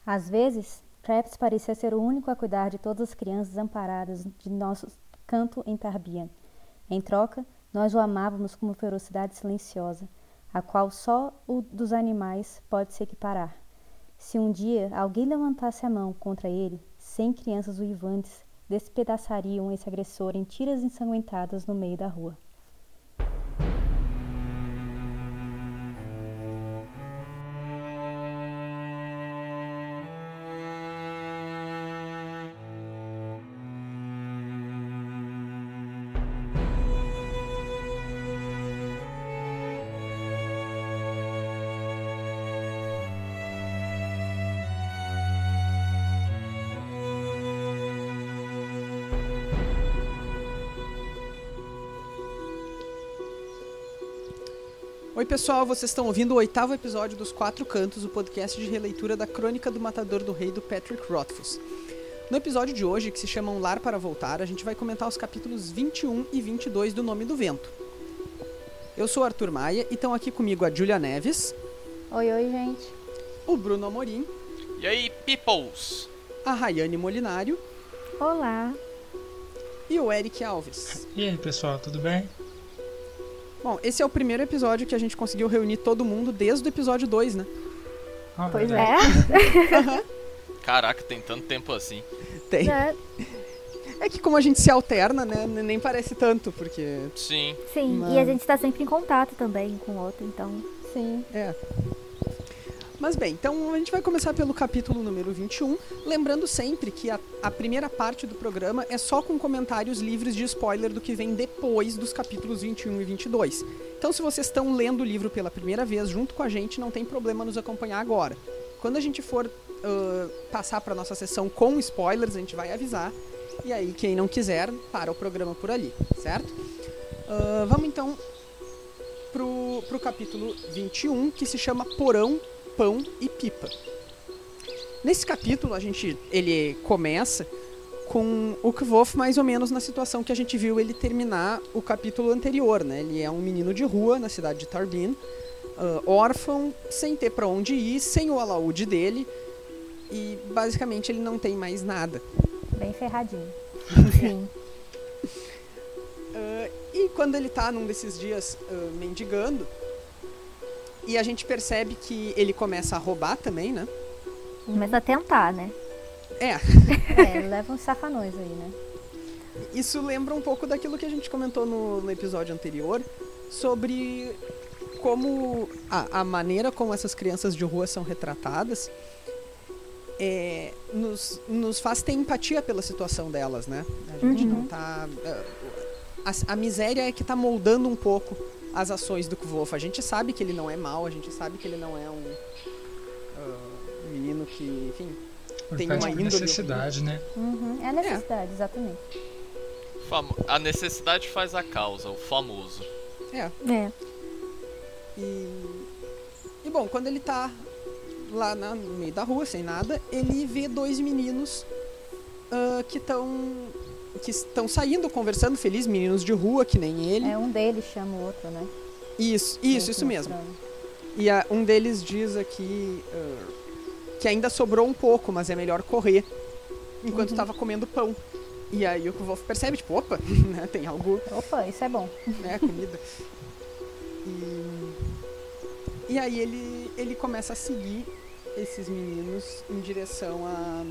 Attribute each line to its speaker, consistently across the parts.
Speaker 1: Às vezes, Traps parecia ser o único a cuidar de todas as crianças amparadas de nosso canto em Tarbian. Em troca, nós o amávamos com uma ferocidade silenciosa, a qual só o dos animais pode se equiparar. Se um dia alguém levantasse a mão contra ele, 100 crianças uivantes despedaçariam esse agressor em tiras ensanguentadas no meio da rua.
Speaker 2: Oi pessoal, vocês estão ouvindo o 8º episódio dos Quatro Cantos, o podcast de releitura da Crônica do Matador do Rei do Patrick Rothfuss. No episódio de hoje, que se chama Um Lar para Voltar, a gente vai comentar os capítulos 21 e 22 do Nome do Vento. Eu sou o Arthur Maia e estão aqui comigo a Júlia Neves.
Speaker 1: Oi, gente.
Speaker 2: O Bruno Amorim.
Speaker 3: E aí, peoples?
Speaker 2: A Rayane Molinário.
Speaker 1: Olá.
Speaker 2: E o Eric Alves.
Speaker 4: E aí pessoal, tudo bem?
Speaker 2: Bom, esse é o primeiro episódio que a gente conseguiu reunir todo mundo desde o episódio 2, né?
Speaker 1: Pois
Speaker 2: Uhum.
Speaker 3: Caraca, tem tanto tempo assim.
Speaker 2: Tem. É que como a gente se alterna, né, nem parece tanto, porque...
Speaker 3: Sim.
Speaker 5: Sim,
Speaker 2: Mas...
Speaker 5: e a gente tá sempre em contato também com o outro, então...
Speaker 1: Sim.
Speaker 2: É. Mas bem, então a gente vai começar pelo capítulo número 21, lembrando sempre que a primeira parte do programa é só com comentários livres de spoiler do que vem depois dos capítulos 21 e 22. Então se vocês estão lendo o livro pela primeira vez junto com a gente, não tem problema nos acompanhar agora. Quando a gente for passar para nossa sessão com spoilers, a gente vai avisar, e aí quem não quiser, para o programa por ali, certo? Vamos então pro capítulo 21, que se chama Porão, Pão e Pipa. Nesse capítulo, ele começa com o Kvof mais ou menos na situação que a gente viu ele terminar o capítulo anterior, né? Ele é um menino de rua na cidade de Tarbin, órfão, sem ter pra onde ir, sem o alaúde dele, e basicamente ele não tem mais nada.
Speaker 1: Bem ferradinho.
Speaker 5: Sim.
Speaker 2: E quando ele tá num desses dias mendigando, e a gente percebe que ele começa a roubar também, né?
Speaker 5: Começa a tentar, né?
Speaker 1: Leva uns safanões aí, né?
Speaker 2: Isso lembra um pouco daquilo que a gente comentou no episódio anterior, sobre como a maneira como essas crianças de rua são retratadas nos faz ter empatia pela situação delas, né? A gente não tá... A miséria é que tá moldando um pouco as ações do Kvof. A gente sabe que ele não é mau, a gente sabe que ele não é um menino que, enfim, tem uma índole.
Speaker 4: necessidade, né?
Speaker 1: É a necessidade, exatamente.
Speaker 3: A necessidade faz a causa, o famoso.
Speaker 5: É.
Speaker 2: E bom, quando ele tá lá no meio da rua, sem nada, ele vê dois meninos que estão saindo, conversando, felizes, meninos de rua, que nem ele.
Speaker 1: Um deles chama o outro, né?
Speaker 2: Isso mesmo. E um deles diz aqui que ainda sobrou um pouco, mas é melhor correr, enquanto estava comendo pão. E aí o Kvof percebe, tipo, opa, né, tem algo...
Speaker 1: Opa, isso é bom.
Speaker 2: Comida. E aí ele começa a seguir esses meninos em direção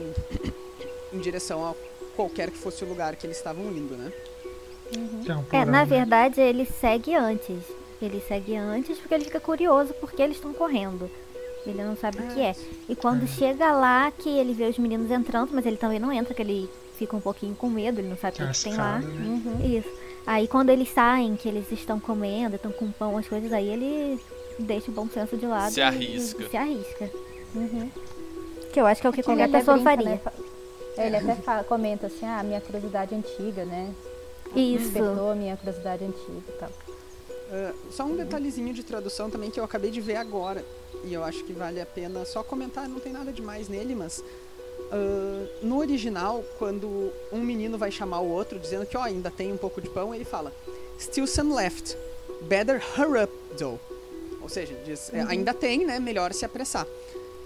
Speaker 2: a qualquer que fosse o lugar que eles estavam indo, né?
Speaker 5: Na verdade, ele segue antes. Ele segue antes porque ele fica curioso porque eles estão correndo. Ele não sabe o que é. E quando chega lá, que ele vê os meninos entrando, mas ele também não entra, que ele fica um pouquinho com medo, ele não sabe o que tem lá.
Speaker 4: Né?
Speaker 5: Isso. Aí quando eles saem, que eles estão comendo, estão com pão, as coisas, aí ele deixa o bom senso de lado.
Speaker 3: Se arrisca.
Speaker 5: E se arrisca. Que eu acho que é o que qualquer pessoa faria.
Speaker 1: Né? Ele até comenta assim, minha curiosidade antiga, né?
Speaker 5: Isso.
Speaker 1: Despertou a minha curiosidade antiga e tal.
Speaker 2: Só um detalhezinho de tradução também que eu acabei de ver agora, e eu acho que vale a pena só comentar, não tem nada demais nele, mas no original, quando um menino vai chamar o outro dizendo que ainda tem um pouco de pão, ele fala "Still some left, better hurry up though", ou seja, diz, ainda tem, né, melhor se apressar.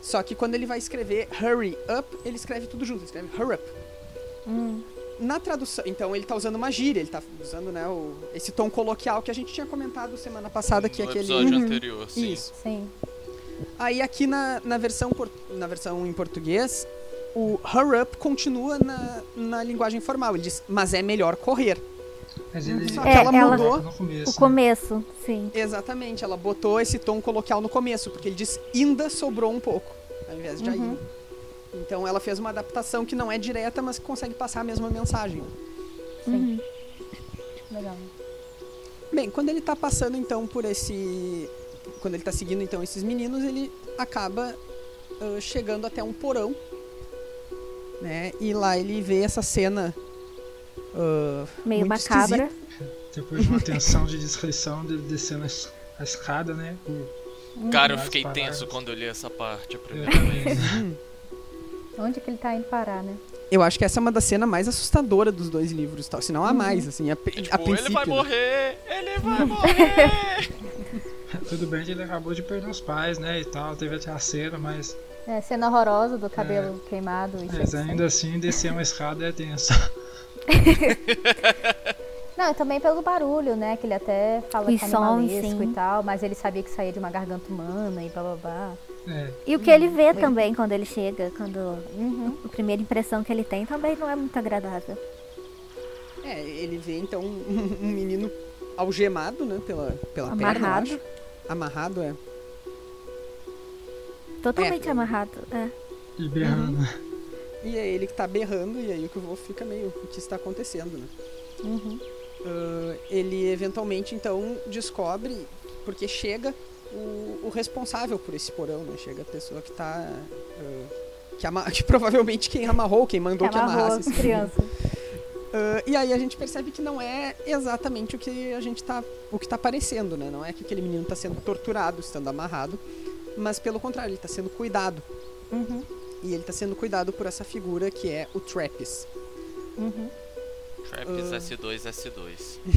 Speaker 2: Só que quando ele vai escrever hurry up, ele escreve tudo junto, ele escreve hurry up. Na tradução, então ele tá usando uma gíria, ele tá usando, né, esse tom coloquial que a gente tinha comentado semana passada, que é aquele...
Speaker 3: No episódio anterior, sim.
Speaker 2: Isso.
Speaker 1: Sim.
Speaker 2: Aí aqui na versão em português, o hurry up continua na linguagem formal, ele diz, mas é melhor correr.
Speaker 4: Mas ele
Speaker 2: Só que ela mudou
Speaker 4: no começo,
Speaker 5: O começo, sim.
Speaker 2: Exatamente, ela botou esse tom coloquial no começo, porque ele diz, ainda sobrou um pouco, ao invés de ainda. Então ela fez uma adaptação que não é direta, mas que consegue passar a mesma mensagem.
Speaker 1: Sim. Legal.
Speaker 2: Bem, quando ele tá passando então por esse... Quando ele tá seguindo então esses meninos, ele acaba chegando até um porão, né? E lá ele vê essa cena
Speaker 5: Meio
Speaker 2: muito
Speaker 5: macabra.
Speaker 2: esquisita.
Speaker 4: Depois de uma tensão de descrição dele descendo a escada, né?
Speaker 3: Cara, eu fiquei tenso quando eu li essa parte a
Speaker 4: Eu
Speaker 3: primeira
Speaker 4: também.
Speaker 3: vez.
Speaker 1: Onde que ele tá indo parar, né?
Speaker 2: Eu acho que essa é uma das cenas mais assustadoras dos dois livros, tal. Se não a mais, assim, a
Speaker 3: Tipo,
Speaker 2: princípio.
Speaker 3: ele vai morrer! Ele vai morrer!
Speaker 4: Tudo bem que ele acabou de perder os pais, né? E tal, teve até a cena, mas
Speaker 1: Cena horrorosa do cabelo queimado. E cheio de sangue.
Speaker 4: ainda assim descer uma escada é tenso.
Speaker 1: Não, e também pelo barulho, né? Que ele até fala
Speaker 5: Os
Speaker 1: que é
Speaker 5: sons,
Speaker 1: animalesco
Speaker 5: sim.
Speaker 1: e tal, mas ele sabia que saía de uma garganta humana e blá blá blá.
Speaker 5: E o que ele vê também quando ele chega, a primeira impressão que ele tem também não é muito agradável.
Speaker 2: Ele vê então um menino algemado, né? Pela perna, eu
Speaker 5: Amarrado.
Speaker 2: acho. Amarrado, é.
Speaker 5: Totalmente amarrado. É.
Speaker 4: E berrando.
Speaker 2: E é ele que tá berrando, e aí o que o vô fica meio... O que está acontecendo, né? Ele eventualmente, então, descobre, porque chega o responsável por esse porão, né? Chega a pessoa que tá... que provavelmente quem amarrou, quem mandou que amarrasse.
Speaker 1: as crianças.
Speaker 2: E aí a gente percebe que não é exatamente o que tá parecendo, né? Não é que aquele menino tá sendo torturado, estando amarrado, mas pelo contrário, ele tá sendo cuidado. E ele tá sendo cuidado por essa figura que é o Trappist.
Speaker 3: Trappist S2.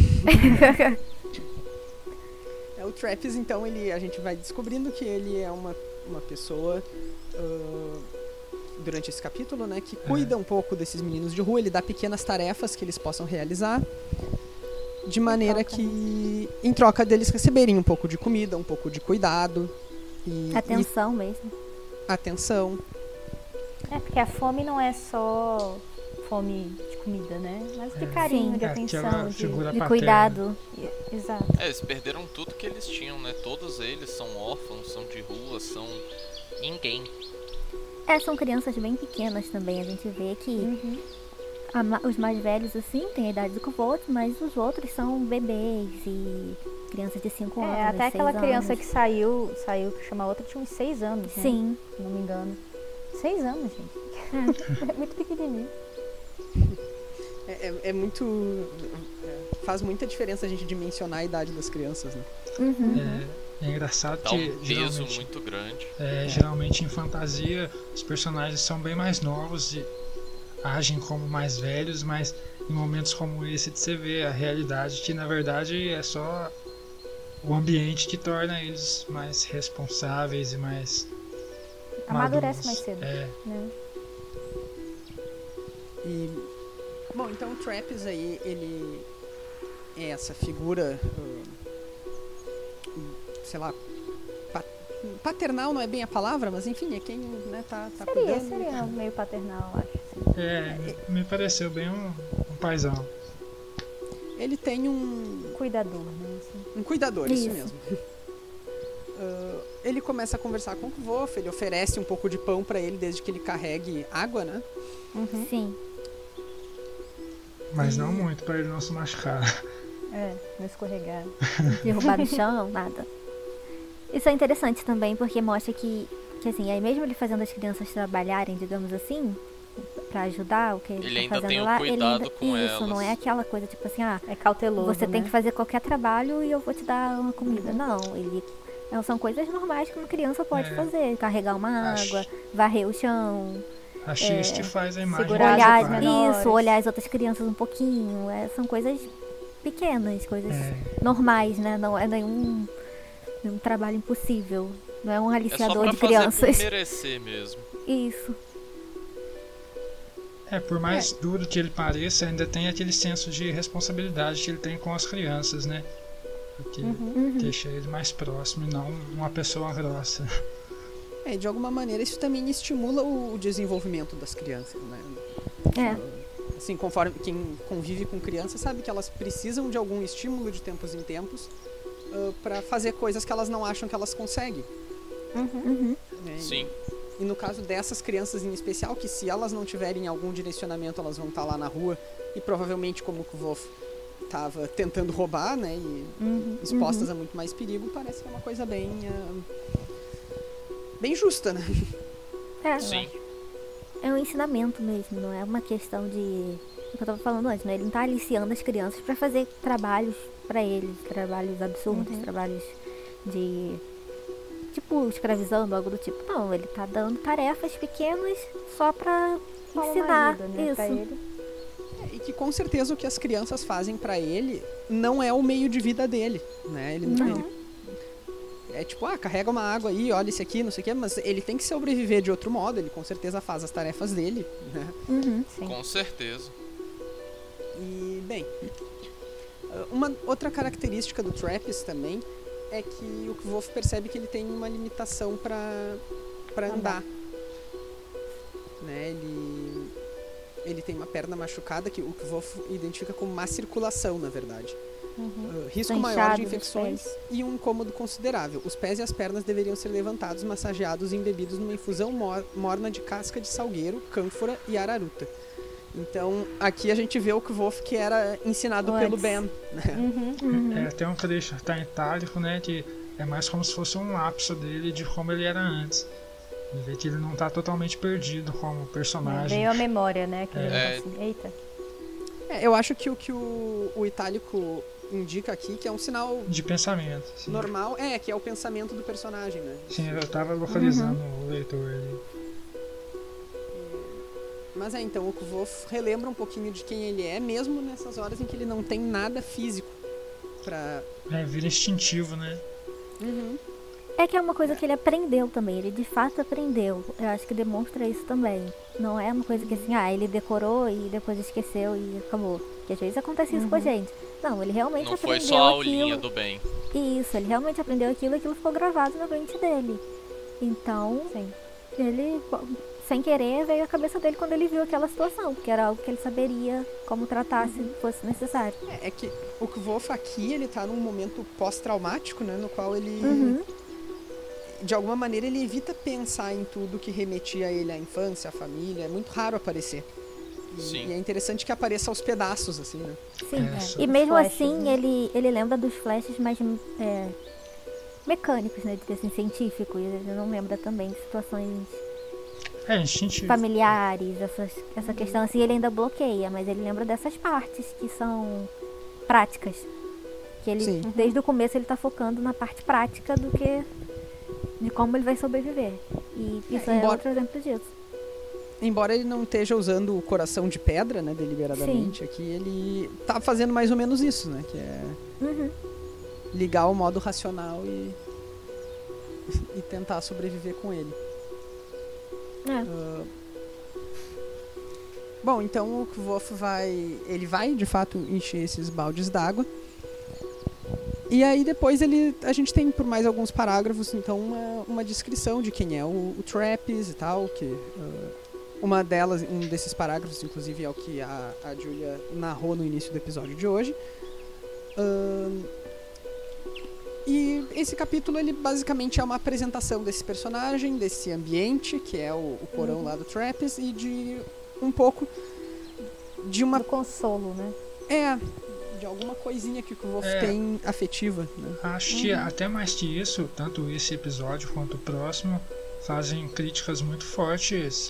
Speaker 2: O Trappist, então, a gente vai descobrindo que ele é uma pessoa, durante esse capítulo, né, que cuida um pouco desses meninos de rua, ele dá pequenas tarefas que eles possam realizar, de maneira que, em troca deles receberem um pouco de comida, um pouco de cuidado.
Speaker 5: Atenção mesmo.
Speaker 2: Atenção.
Speaker 1: Porque a fome não é só fome de comida, né? Mas de carinho,
Speaker 5: Sim.
Speaker 1: de atenção,
Speaker 4: Aquela
Speaker 1: de
Speaker 4: figura
Speaker 5: De
Speaker 4: paterna.
Speaker 5: cuidado.
Speaker 1: Exato.
Speaker 3: Eles perderam tudo que eles tinham, né? Todos eles são órfãos, são de rua, são ninguém.
Speaker 5: São crianças bem pequenas também. A gente vê que os mais velhos, assim, têm a idade do vô, mas os outros são bebês e crianças de 5 anos,
Speaker 1: Até aquela
Speaker 5: 6
Speaker 1: criança
Speaker 5: anos.
Speaker 1: que saiu que chama outra, tinha uns 6 anos, né?
Speaker 5: Sim.
Speaker 1: Se não me engano. 6 anos, gente. É muito pequenininho.
Speaker 2: É muito... faz muita diferença a gente dimensionar a idade das crianças, né?
Speaker 4: É engraçado
Speaker 3: Dá
Speaker 4: que
Speaker 3: um peso
Speaker 4: geralmente,
Speaker 3: muito grande.
Speaker 4: geralmente em fantasia os personagens são bem mais novos e agem como mais velhos, mas em momentos como esse de você ver a realidade que na verdade é só o ambiente que torna eles mais responsáveis e mais
Speaker 1: Amadurece
Speaker 4: maduros.
Speaker 1: mais cedo. Né?
Speaker 2: Bom, então o Trappist aí, ele é essa figura, sei lá, paternal não é bem a palavra, mas enfim, é quem, né, tá cuidando.
Speaker 1: Seria meio paternal, acho.
Speaker 4: Me pareceu bem um paizão.
Speaker 2: Ele tem um
Speaker 1: Cuidador, né? Assim.
Speaker 2: Um cuidador, isso
Speaker 5: Isso.
Speaker 2: mesmo. Ele começa a conversar com o vô, ele oferece um pouco de pão pra ele desde que ele carregue água, né?
Speaker 5: Sim.
Speaker 4: Mas não muito pra ele não se machucar.
Speaker 1: Não escorregar.
Speaker 5: Derrubar no chão, nada. Isso é interessante também, porque mostra que assim, aí mesmo ele fazendo as crianças trabalharem, digamos assim, pra ajudar o que ele tá
Speaker 3: ainda
Speaker 5: fazendo
Speaker 3: tem o
Speaker 5: lá,
Speaker 3: cuidado com
Speaker 5: isso,
Speaker 3: elas.
Speaker 5: não é aquela coisa tipo assim,
Speaker 1: É cauteloso,
Speaker 5: você tem
Speaker 1: né?
Speaker 5: que fazer qualquer trabalho e eu vou te dar uma comida. Não, são coisas normais que uma criança pode fazer. Carregar uma água, varrer o chão,
Speaker 4: A Xiste faz a imagem
Speaker 1: segurar
Speaker 4: do
Speaker 1: as
Speaker 4: pai.
Speaker 1: menores.
Speaker 5: olhar as outras crianças um pouquinho. São coisas pequenas, coisas normais, né? Não é nenhum trabalho impossível. Não é um aliciador
Speaker 3: é
Speaker 5: de
Speaker 3: só pra
Speaker 5: crianças.
Speaker 3: fazer por merecer mesmo.
Speaker 5: Isso.
Speaker 4: Por mais duro que ele pareça, ainda tem aquele senso de responsabilidade que ele tem com as crianças, né? Porque deixa ele mais próximo e não uma pessoa grossa.
Speaker 2: De alguma maneira isso também estimula o desenvolvimento das crianças, né? Assim, conforme quem convive com crianças sabe que elas precisam de algum estímulo de tempos em tempos para fazer coisas que elas não acham que elas conseguem.
Speaker 3: Sim.
Speaker 2: E no caso dessas crianças em especial, que se elas não tiverem algum direcionamento, elas vão estar lá na rua e provavelmente, como o Kvof estava tentando roubar, né, e expostas a muito mais perigo, parece que é uma coisa bem justa, né?
Speaker 3: Sim.
Speaker 5: É um ensinamento mesmo, não é uma questão de... O que eu tava falando antes, né? Ele não tá aliciando as crianças pra fazer trabalhos pra eles, trabalhos absurdos, trabalhos de... tipo, escravizando, algo do tipo. Não, ele tá dando tarefas pequenas só pra ensinar
Speaker 1: ajuda, né,
Speaker 5: isso.
Speaker 1: pra ele.
Speaker 2: E que com certeza o que as crianças fazem pra ele não é o meio de vida dele, né? Ele é tipo, carrega uma água aí, olha esse aqui, não sei o que, mas ele tem que sobreviver de outro modo, ele com certeza faz as tarefas dele, né?
Speaker 1: Sim.
Speaker 3: Com certeza.
Speaker 2: E, bem, uma outra característica do Trappist também é que o Kvof percebe que ele tem uma limitação para andar. Né? Ele tem uma perna machucada que o Kvof identifica como má circulação, na verdade. Risco maior de infecções e um incômodo considerável. Os pés e as pernas deveriam ser levantados, massageados e embebidos numa infusão morna de casca de salgueiro, cânfora e araruta. Então, aqui a gente vê o Kvof que era ensinado pelo Ben. Né?
Speaker 4: Tem um trecho, tá em itálico, né, que é mais como se fosse um lapso dele de como ele era antes. E vê que ele não tá totalmente perdido como personagem.
Speaker 1: Veio a memória, né? Que assim, eita.
Speaker 2: Eu acho que o que o itálico indica aqui, que é um sinal
Speaker 4: de pensamento, sim.
Speaker 2: Normal, que é o pensamento do personagem, né?
Speaker 4: Sim, eu tava localizando o leitor ali.
Speaker 2: Mas então, o Kvof relembra um pouquinho de quem ele é, mesmo nessas horas em que ele não tem nada físico pra...
Speaker 4: Vira instintivo, né?
Speaker 5: É que é uma coisa que ele aprendeu também, ele de fato aprendeu. Eu acho que demonstra isso também. Não é uma coisa que assim, ele decorou e depois esqueceu e acabou. Porque às vezes acontece isso com a gente. Não, ele realmente
Speaker 3: Não
Speaker 5: aprendeu
Speaker 3: foi só a aulinha
Speaker 5: aquilo.
Speaker 3: do bem.
Speaker 5: Isso, ele realmente aprendeu aquilo e aquilo ficou gravado na mente dele. Então, ele, sem querer, veio à cabeça dele quando ele viu aquela situação, porque era algo que ele saberia como tratar se fosse necessário.
Speaker 2: É que o Kvof aqui, ele tá num momento pós-traumático, né, no qual ele... De alguma maneira ele evita pensar em tudo que remetia a ele à infância, à família. É muito raro aparecer. E é interessante que apareça aos pedaços, assim, né?
Speaker 5: Sim, e mesmo flashes, assim, né? ele lembra dos flashes mais mecânicos, né? Assim, científicos. Ele não lembra também de situações familiares, essa questão assim, ele ainda bloqueia, mas ele lembra dessas partes que são práticas. Que ele, desde o começo, ele tá focando na parte prática do que... de como ele vai sobreviver. E isso é outro exemplo disso.
Speaker 2: Embora ele não esteja usando o coração de pedra, né, deliberadamente, aqui ele tá fazendo mais ou menos isso, né, que é ligar o modo racional e tentar sobreviver com ele. Bom, então o Kvof vai de fato encher esses baldes d'água. E aí depois a gente tem por mais alguns parágrafos, então, uma descrição de quem é o Trappist e tal, que um desses parágrafos, inclusive, é o que a Julia narrou no início do episódio de hoje. E esse capítulo, ele basicamente é uma apresentação desse personagem, desse ambiente, que é o porão lá do Trappist, e de um pouco de uma...
Speaker 1: do consolo, né?
Speaker 2: De alguma coisinha que o Kvof tem afetiva, né?
Speaker 4: Acho que até mais que isso, tanto esse episódio quanto o próximo fazem críticas muito fortes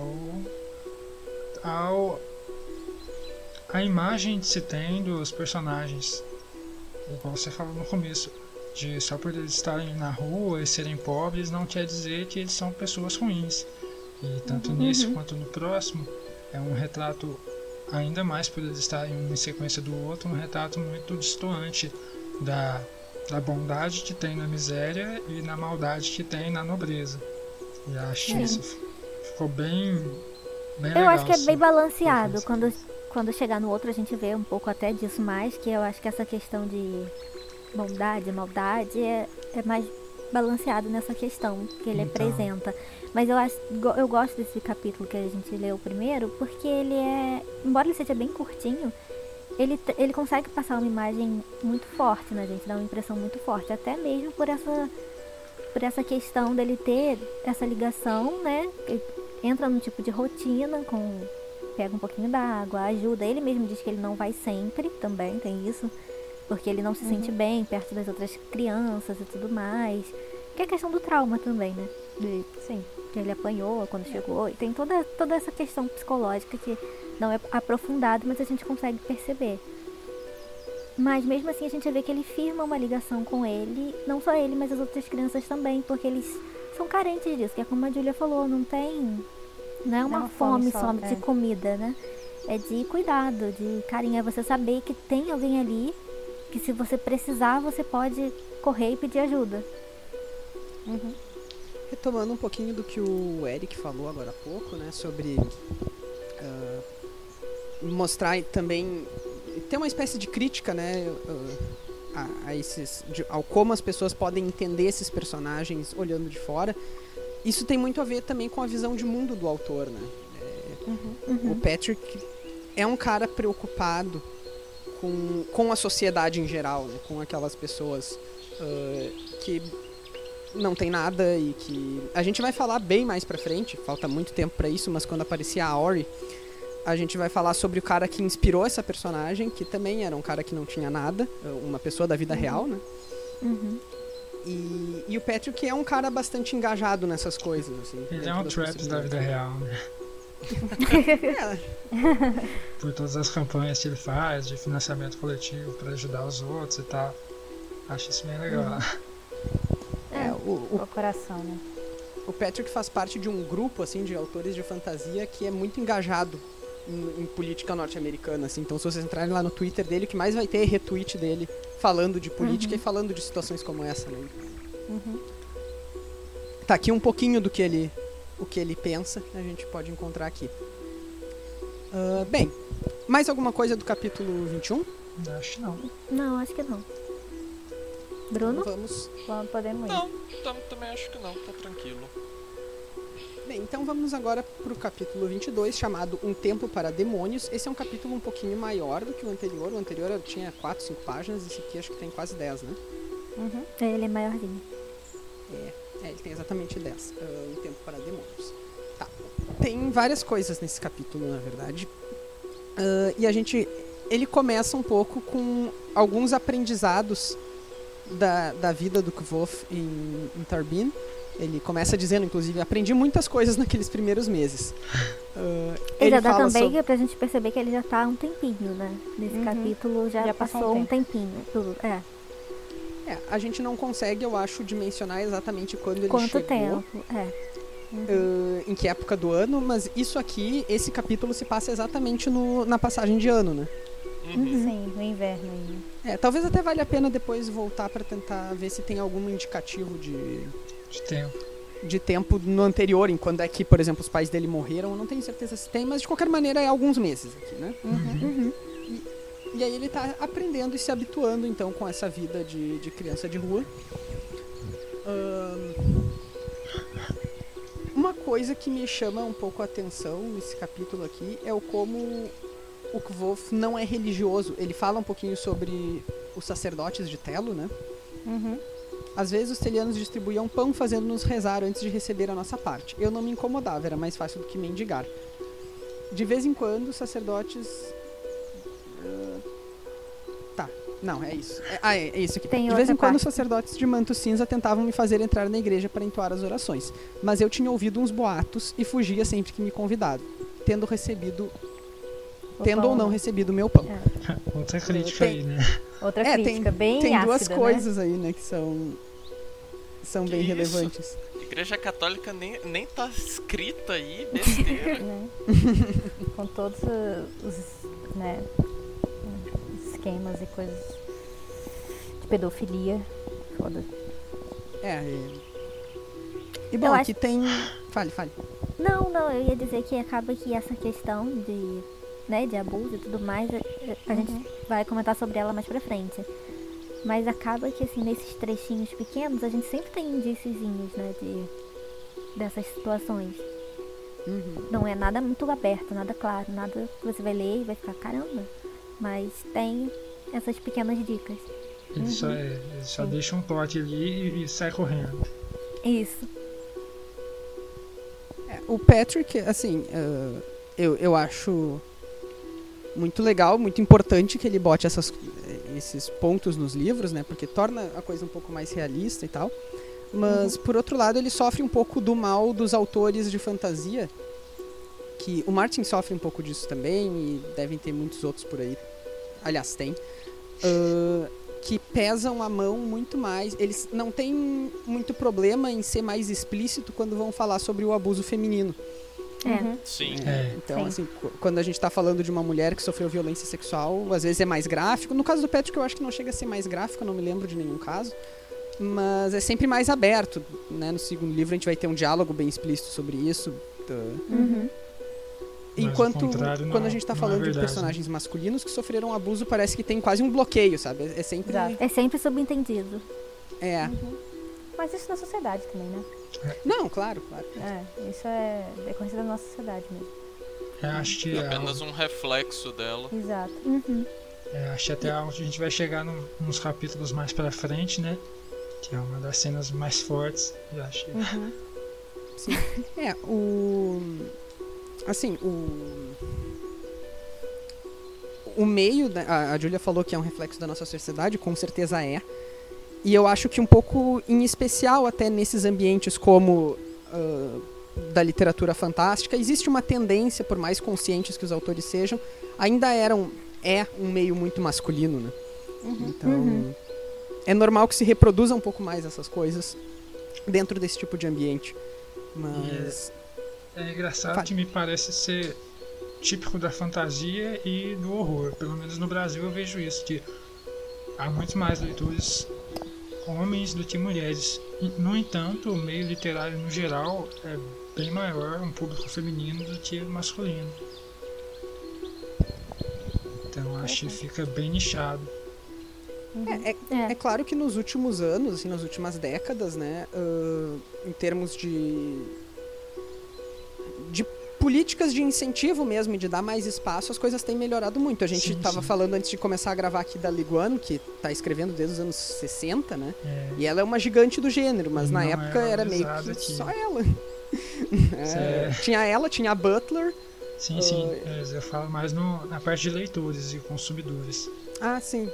Speaker 4: à imagem que se tem dos personagens. Igual você falou no começo, de só por eles estarem na rua e serem pobres não quer dizer que eles são pessoas ruins. E tanto nesse quanto no próximo é um retrato, ainda mais por eles estarem um em sequência do outro, um retrato muito distoante da bondade que tem na miséria e na maldade que tem na nobreza. E acho que isso ficou bem legal.
Speaker 5: Eu acho que é
Speaker 4: assim,
Speaker 5: bem balanceado. Quando chegar no outro a gente vê um pouco até disso mais, que eu acho que essa questão de bondade, maldade é mais balanceado nessa questão que ele apresenta. Mas eu gosto desse capítulo que a gente leu primeiro, porque ele embora ele seja bem curtinho, ele consegue passar uma imagem muito forte na gente, dá uma impressão muito forte, até mesmo por essa questão dele ter essa ligação, né? Ele entra num tipo de rotina, pega um pouquinho d'água, ajuda. Ele mesmo diz que ele não vai sempre, também tem isso, porque ele não se sente bem perto das outras crianças e tudo mais. Que é a questão do trauma também, né?
Speaker 1: Sim.
Speaker 5: Que ele apanhou quando chegou. E tem toda essa questão psicológica que não é aprofundada, mas a gente consegue perceber. Mas mesmo assim a gente vê que ele firma uma ligação com ele, não só ele, mas as outras crianças também, porque eles são carentes disso, que é como a Julia falou, não é uma fome só de comida, né? É de cuidado, de carinho, é você saber que tem alguém ali, que se você precisar, você pode correr e pedir ajuda.
Speaker 2: Retomando um pouquinho do que o Eric falou agora há pouco, né, sobre mostrar também, ter uma espécie de crítica, né, ao como as pessoas podem entender esses personagens olhando de fora. Isso tem muito a ver também com a visão de mundo do autor, né? O Patrick é um cara preocupado com a sociedade em geral, né, com aquelas pessoas que não tem nada e que... A gente vai falar bem mais pra frente, falta muito tempo pra isso, mas quando aparecer a Ori, a gente vai falar sobre o cara que inspirou essa personagem, que também era um cara que não tinha nada, uma pessoa da vida real, né? E o Patrick é um cara bastante engajado nessas coisas, assim.
Speaker 4: Ele é um Traps da vida real, né? Por todas as campanhas que ele faz de financiamento coletivo pra ajudar os outros e tal. Acho isso bem legal.
Speaker 1: O coração, né?
Speaker 2: O Patrick faz parte de um grupo, assim, de autores de fantasia que é muito engajado em política norte-americana, assim. Então, se vocês entrarem lá no Twitter dele, o que mais vai ter é retweet dele falando de política e falando de situações como essa, né? Tá aqui um pouquinho do que ele pensa, a gente pode encontrar aqui. Bem, mais alguma coisa do capítulo 21?
Speaker 4: Acho que não.
Speaker 5: Não, acho que não. Bruno?
Speaker 2: Então
Speaker 1: Podemos ir.
Speaker 3: Não, também acho que não, tá tranquilo.
Speaker 2: Bem, então vamos agora pro capítulo 22, chamado Um Templo para Demônios. Esse é um capítulo um pouquinho maior do que o anterior. O anterior tinha 4, 5 páginas, esse aqui acho que tem quase 10, né?
Speaker 5: Ele é maiorzinho.
Speaker 2: Ele tem exatamente 10. Um Templo para Demônios. Tá. Tem várias coisas nesse capítulo, na verdade. E ele começa um pouco com alguns aprendizados da vida do Kvoth em Tarbin. Ele começa dizendo, inclusive, aprendi muitas coisas naqueles primeiros meses.
Speaker 5: Ele já dá também pra gente perceber que ele já tá há um tempinho, né? Nesse capítulo já passou um tempinho. Tudo.
Speaker 2: A gente não consegue, eu acho, dimensionar exatamente quando ele
Speaker 5: Quanto
Speaker 2: chegou.
Speaker 5: tempo,
Speaker 2: Em que época do ano, mas isso aqui, esse capítulo se passa exatamente na passagem de ano, né?
Speaker 1: Sim, no inverno ainda.
Speaker 2: Talvez até valha a pena depois voltar pra tentar ver se tem algum indicativo de tempo no anterior, em quando é que, por exemplo, os pais dele morreram. Eu não tenho certeza se tem, mas de qualquer maneira é alguns meses aqui, né? E aí ele tá aprendendo e se habituando, então, com essa vida de criança de rua. Uma coisa que me chama um pouco a atenção nesse capítulo aqui é como o Kvoth não é religioso. Ele fala um pouquinho sobre os sacerdotes de Telo, né? Às vezes os telianos distribuíam pão fazendo-nos rezar antes de receber a nossa parte. Eu não me incomodava, era mais fácil do que mendigar. De vez em quando os sacerdotes... Não, é isso. É isso aqui. De vez em quando os sacerdotes de manto cinza tentavam me fazer entrar na igreja para entoar as orações. Mas eu tinha ouvido uns boatos e fugia sempre que me convidavam, tendo ou não recebido o meu pão.
Speaker 4: Outra crítica aí, né?
Speaker 1: Outra crítica bem ácida,
Speaker 2: tem duas
Speaker 1: né?
Speaker 2: coisas aí, né, que são bem relevantes.
Speaker 3: Igreja Católica nem tá escrita aí, besteira.
Speaker 1: Com todos os esquemas e coisas de pedofilia.
Speaker 5: toda.
Speaker 2: E bom, aqui tem... Fale.
Speaker 5: Não, eu ia dizer que acaba que essa questão de, né, de abuso e tudo mais, a gente vai comentar sobre ela mais pra frente. Mas acaba que, assim, nesses trechinhos pequenos, a gente sempre tem indíciozinhos, né, dessas situações. Não é nada muito aberto, nada claro, nada que você vai ler e vai ficar, caramba. Mas tem essas pequenas dicas.
Speaker 4: Ele só deixa um toque ali e sai correndo.
Speaker 5: Isso.
Speaker 2: O Patrick, assim, eu acho muito legal, muito importante que ele bote esses pontos nos livros, né? Porque torna a coisa um pouco mais realista e tal. Mas, por outro lado, ele sofre um pouco do mal dos autores de fantasia. Que o Martin sofre um pouco disso também, e devem ter muitos outros por aí. Aliás, tem. Que pesam a mão muito mais. Eles não têm muito problema em ser mais explícito quando vão falar sobre o abuso feminino.
Speaker 3: Sim.
Speaker 2: Então, assim, quando a gente tá falando de uma mulher que sofreu violência sexual, às vezes é mais gráfico. No caso do Patrick, eu acho que não chega a ser mais gráfico, eu não me lembro de nenhum caso. Mas é sempre mais aberto, né? No segundo livro a gente vai ter um diálogo bem explícito sobre isso. Enquanto, quando a gente tá falando de personagens masculinos que sofreram abuso, parece que tem quase um bloqueio, sabe? É
Speaker 5: sempre subentendido.
Speaker 1: Mas isso na sociedade também, né?
Speaker 2: Não, claro.
Speaker 1: Isso é decorrência da nossa sociedade mesmo.
Speaker 4: Acho que
Speaker 3: é apenas um reflexo dela.
Speaker 1: Exato.
Speaker 4: Acho que até a gente vai chegar nos capítulos mais pra frente, né? Que é uma das cenas mais fortes, eu acho.
Speaker 2: Sim. O meio, a Júlia falou que é um reflexo da nossa sociedade, com certeza é. E eu acho que um pouco, em especial até nesses ambientes como da literatura fantástica, existe uma tendência, por mais conscientes que os autores sejam, ainda é um meio muito masculino, né? Então, é normal que se reproduza um pouco mais essas coisas dentro desse tipo de ambiente. Mas...
Speaker 4: É engraçado que me parece ser típico da fantasia e do horror. Pelo menos no Brasil eu vejo isso, que há muito mais leitores homens do que mulheres. No entanto, o meio literário no geral é bem maior, um público feminino do que masculino. Então acho que fica bem nichado.
Speaker 2: É claro que nos últimos anos, assim, nas últimas décadas, né, em termos de políticas de incentivo mesmo e de dar mais espaço, as coisas têm melhorado muito. A gente estava falando antes de começar a gravar aqui da Li Guan, que está escrevendo desde os anos 60, né? E ela é uma gigante do gênero, mas na época era meio que aqui. Só ela. Tinha ela, tinha a Butler.
Speaker 4: Sim. Eu falo mais na parte de leitores e consumidores.
Speaker 2: Ah, sim.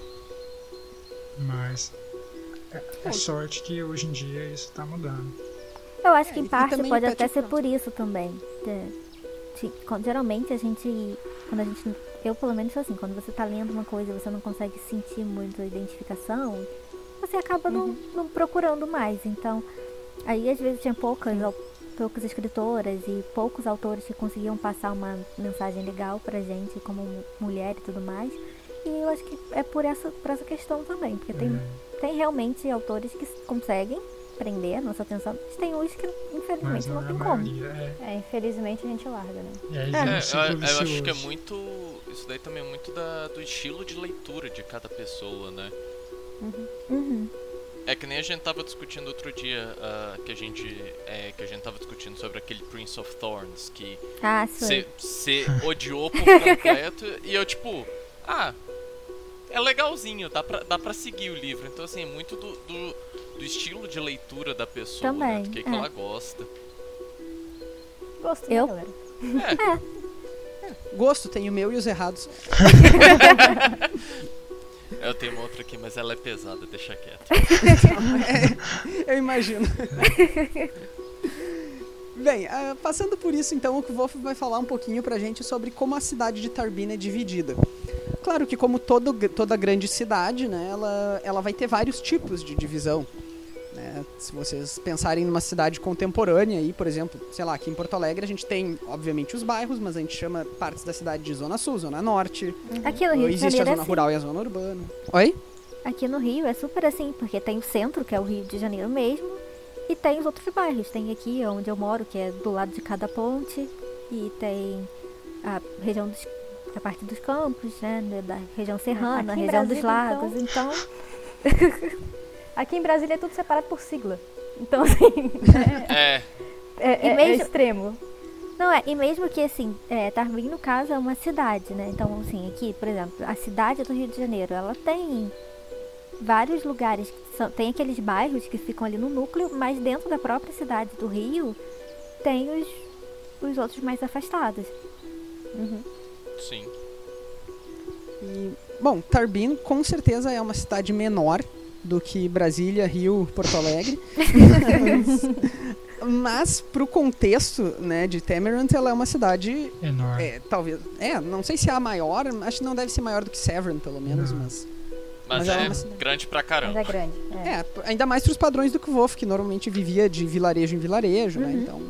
Speaker 4: Mas é sorte que hoje em dia isso está mudando.
Speaker 5: Eu acho que em parte pode até ser por isso também. Geralmente eu pelo menos sou assim, quando você tá lendo uma coisa e você não consegue sentir muito a identificação, você acaba não procurando mais. Então, aí às vezes tinha poucas escritoras e poucos autores que conseguiam passar uma mensagem legal pra gente como mulher e tudo mais. E eu acho que é por essa questão também, porque tem realmente autores que conseguem prender a nossa atenção, mas tem uns que infelizmente não tem como.
Speaker 1: Infelizmente a gente larga, né?
Speaker 3: Eu acho que é muito... Isso daí também é muito do estilo de leitura de cada pessoa, né? É que nem a gente tava discutindo outro dia, que a gente tava discutindo sobre aquele Prince of Thorns, que você odiou por completo, e eu tipo, é legalzinho, dá pra seguir o livro. Então assim, é muito do estilo de leitura da pessoa,
Speaker 5: também,
Speaker 3: né? Do que ela gosta.
Speaker 1: Gosto, né, galera?
Speaker 2: Gosto, tem o meu e os errados.
Speaker 3: Eu tenho uma outra aqui, mas ela é pesada, deixa quieto.
Speaker 2: Eu imagino. Bem, passando por isso, então, o Wolf vai falar um pouquinho pra gente sobre como a cidade de Tarbina é dividida. Claro que, como toda grande cidade, né, ela vai ter vários tipos de divisão. Né? Se vocês pensarem numa cidade contemporânea, aí, por exemplo, sei lá, aqui em Porto Alegre a gente tem, obviamente, os bairros, mas a gente chama partes da cidade de Zona Sul, Zona Norte.
Speaker 5: Aqui no Rio de
Speaker 2: existe
Speaker 5: Janeiro
Speaker 2: a Zona Rural e a Zona Urbana. Oi?
Speaker 5: aqui no Rio é super assim, porque tem o centro, que é o Rio de Janeiro mesmo, e tem os outros bairros. Tem aqui onde eu moro, que é do lado de cada ponte, e tem a região a parte dos campos, né, da região serrana, a região Brasília, dos lagos, então...
Speaker 1: Aqui em Brasília é tudo separado por sigla. Então, assim... É extremo.
Speaker 5: Não, e mesmo que, assim, Tarbin, no caso, é uma cidade, né? Então, assim, aqui, por exemplo, a cidade do Rio de Janeiro, ela tem vários lugares, tem aqueles bairros que ficam ali no núcleo, mas dentro da própria cidade do Rio, tem os outros mais afastados.
Speaker 1: Uhum.
Speaker 3: Sim.
Speaker 2: E, bom, Tarbin com certeza é uma cidade menor do que Brasília, Rio, Porto Alegre. Mas pro contexto, né, de Temerant, ela é uma cidade
Speaker 4: enorme.
Speaker 2: Talvez, não sei se é a maior, acho que não deve ser maior do que Severn, pelo menos,
Speaker 3: mas é grande pra caramba.
Speaker 1: Mas é grande.
Speaker 2: Ainda mais pros padrões do Kvof, que normalmente vivia de vilarejo em vilarejo, né? Então.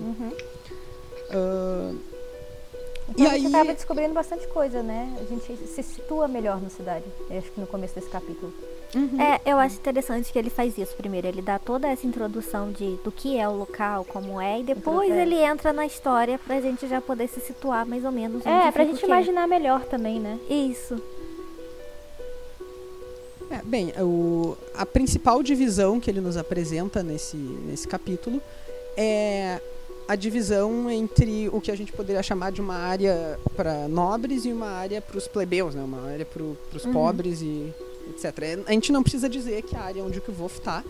Speaker 1: Então a gente acaba descobrindo bastante coisa, né? A gente se situa melhor na cidade, eu acho que no começo desse capítulo.
Speaker 5: Eu acho interessante que ele faz isso primeiro. Ele dá toda essa introdução do que é o local, como é, e depois ele entra na história pra gente já poder se situar mais ou menos.
Speaker 1: Pra gente imaginar melhor também, né?
Speaker 5: Isso.
Speaker 2: Bem, a principal divisão que ele nos apresenta nesse capítulo é a divisão entre o que a gente poderia chamar de uma área para nobres e uma área para os plebeus, né? Uma área para os pobres e etc. A gente não precisa dizer que a área onde o Kvof está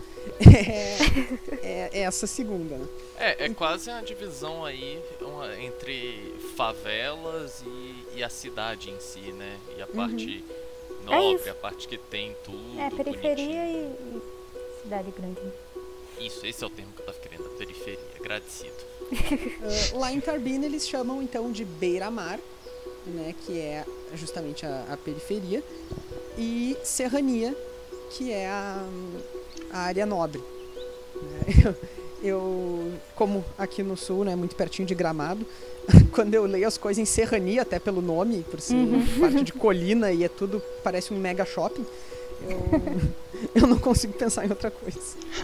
Speaker 2: é essa segunda, né?
Speaker 3: É quase uma divisão aí entre favelas e a cidade em si, né? E a parte nobre, a parte que tem tudo.
Speaker 1: Periferia e cidade grande.
Speaker 3: Isso, esse é o termo que eu estava querendo, a periferia. Agradecido.
Speaker 2: Lá em Tarbin eles chamam então de beira-mar, né, que é justamente a periferia, e serrania, que é a área nobre. Eu, como aqui no sul, né, muito pertinho de Gramado, quando eu leio as coisas em serrania, até pelo nome, por ser parte de colina e tudo, parece um mega shopping, eu não consigo pensar em outra coisa.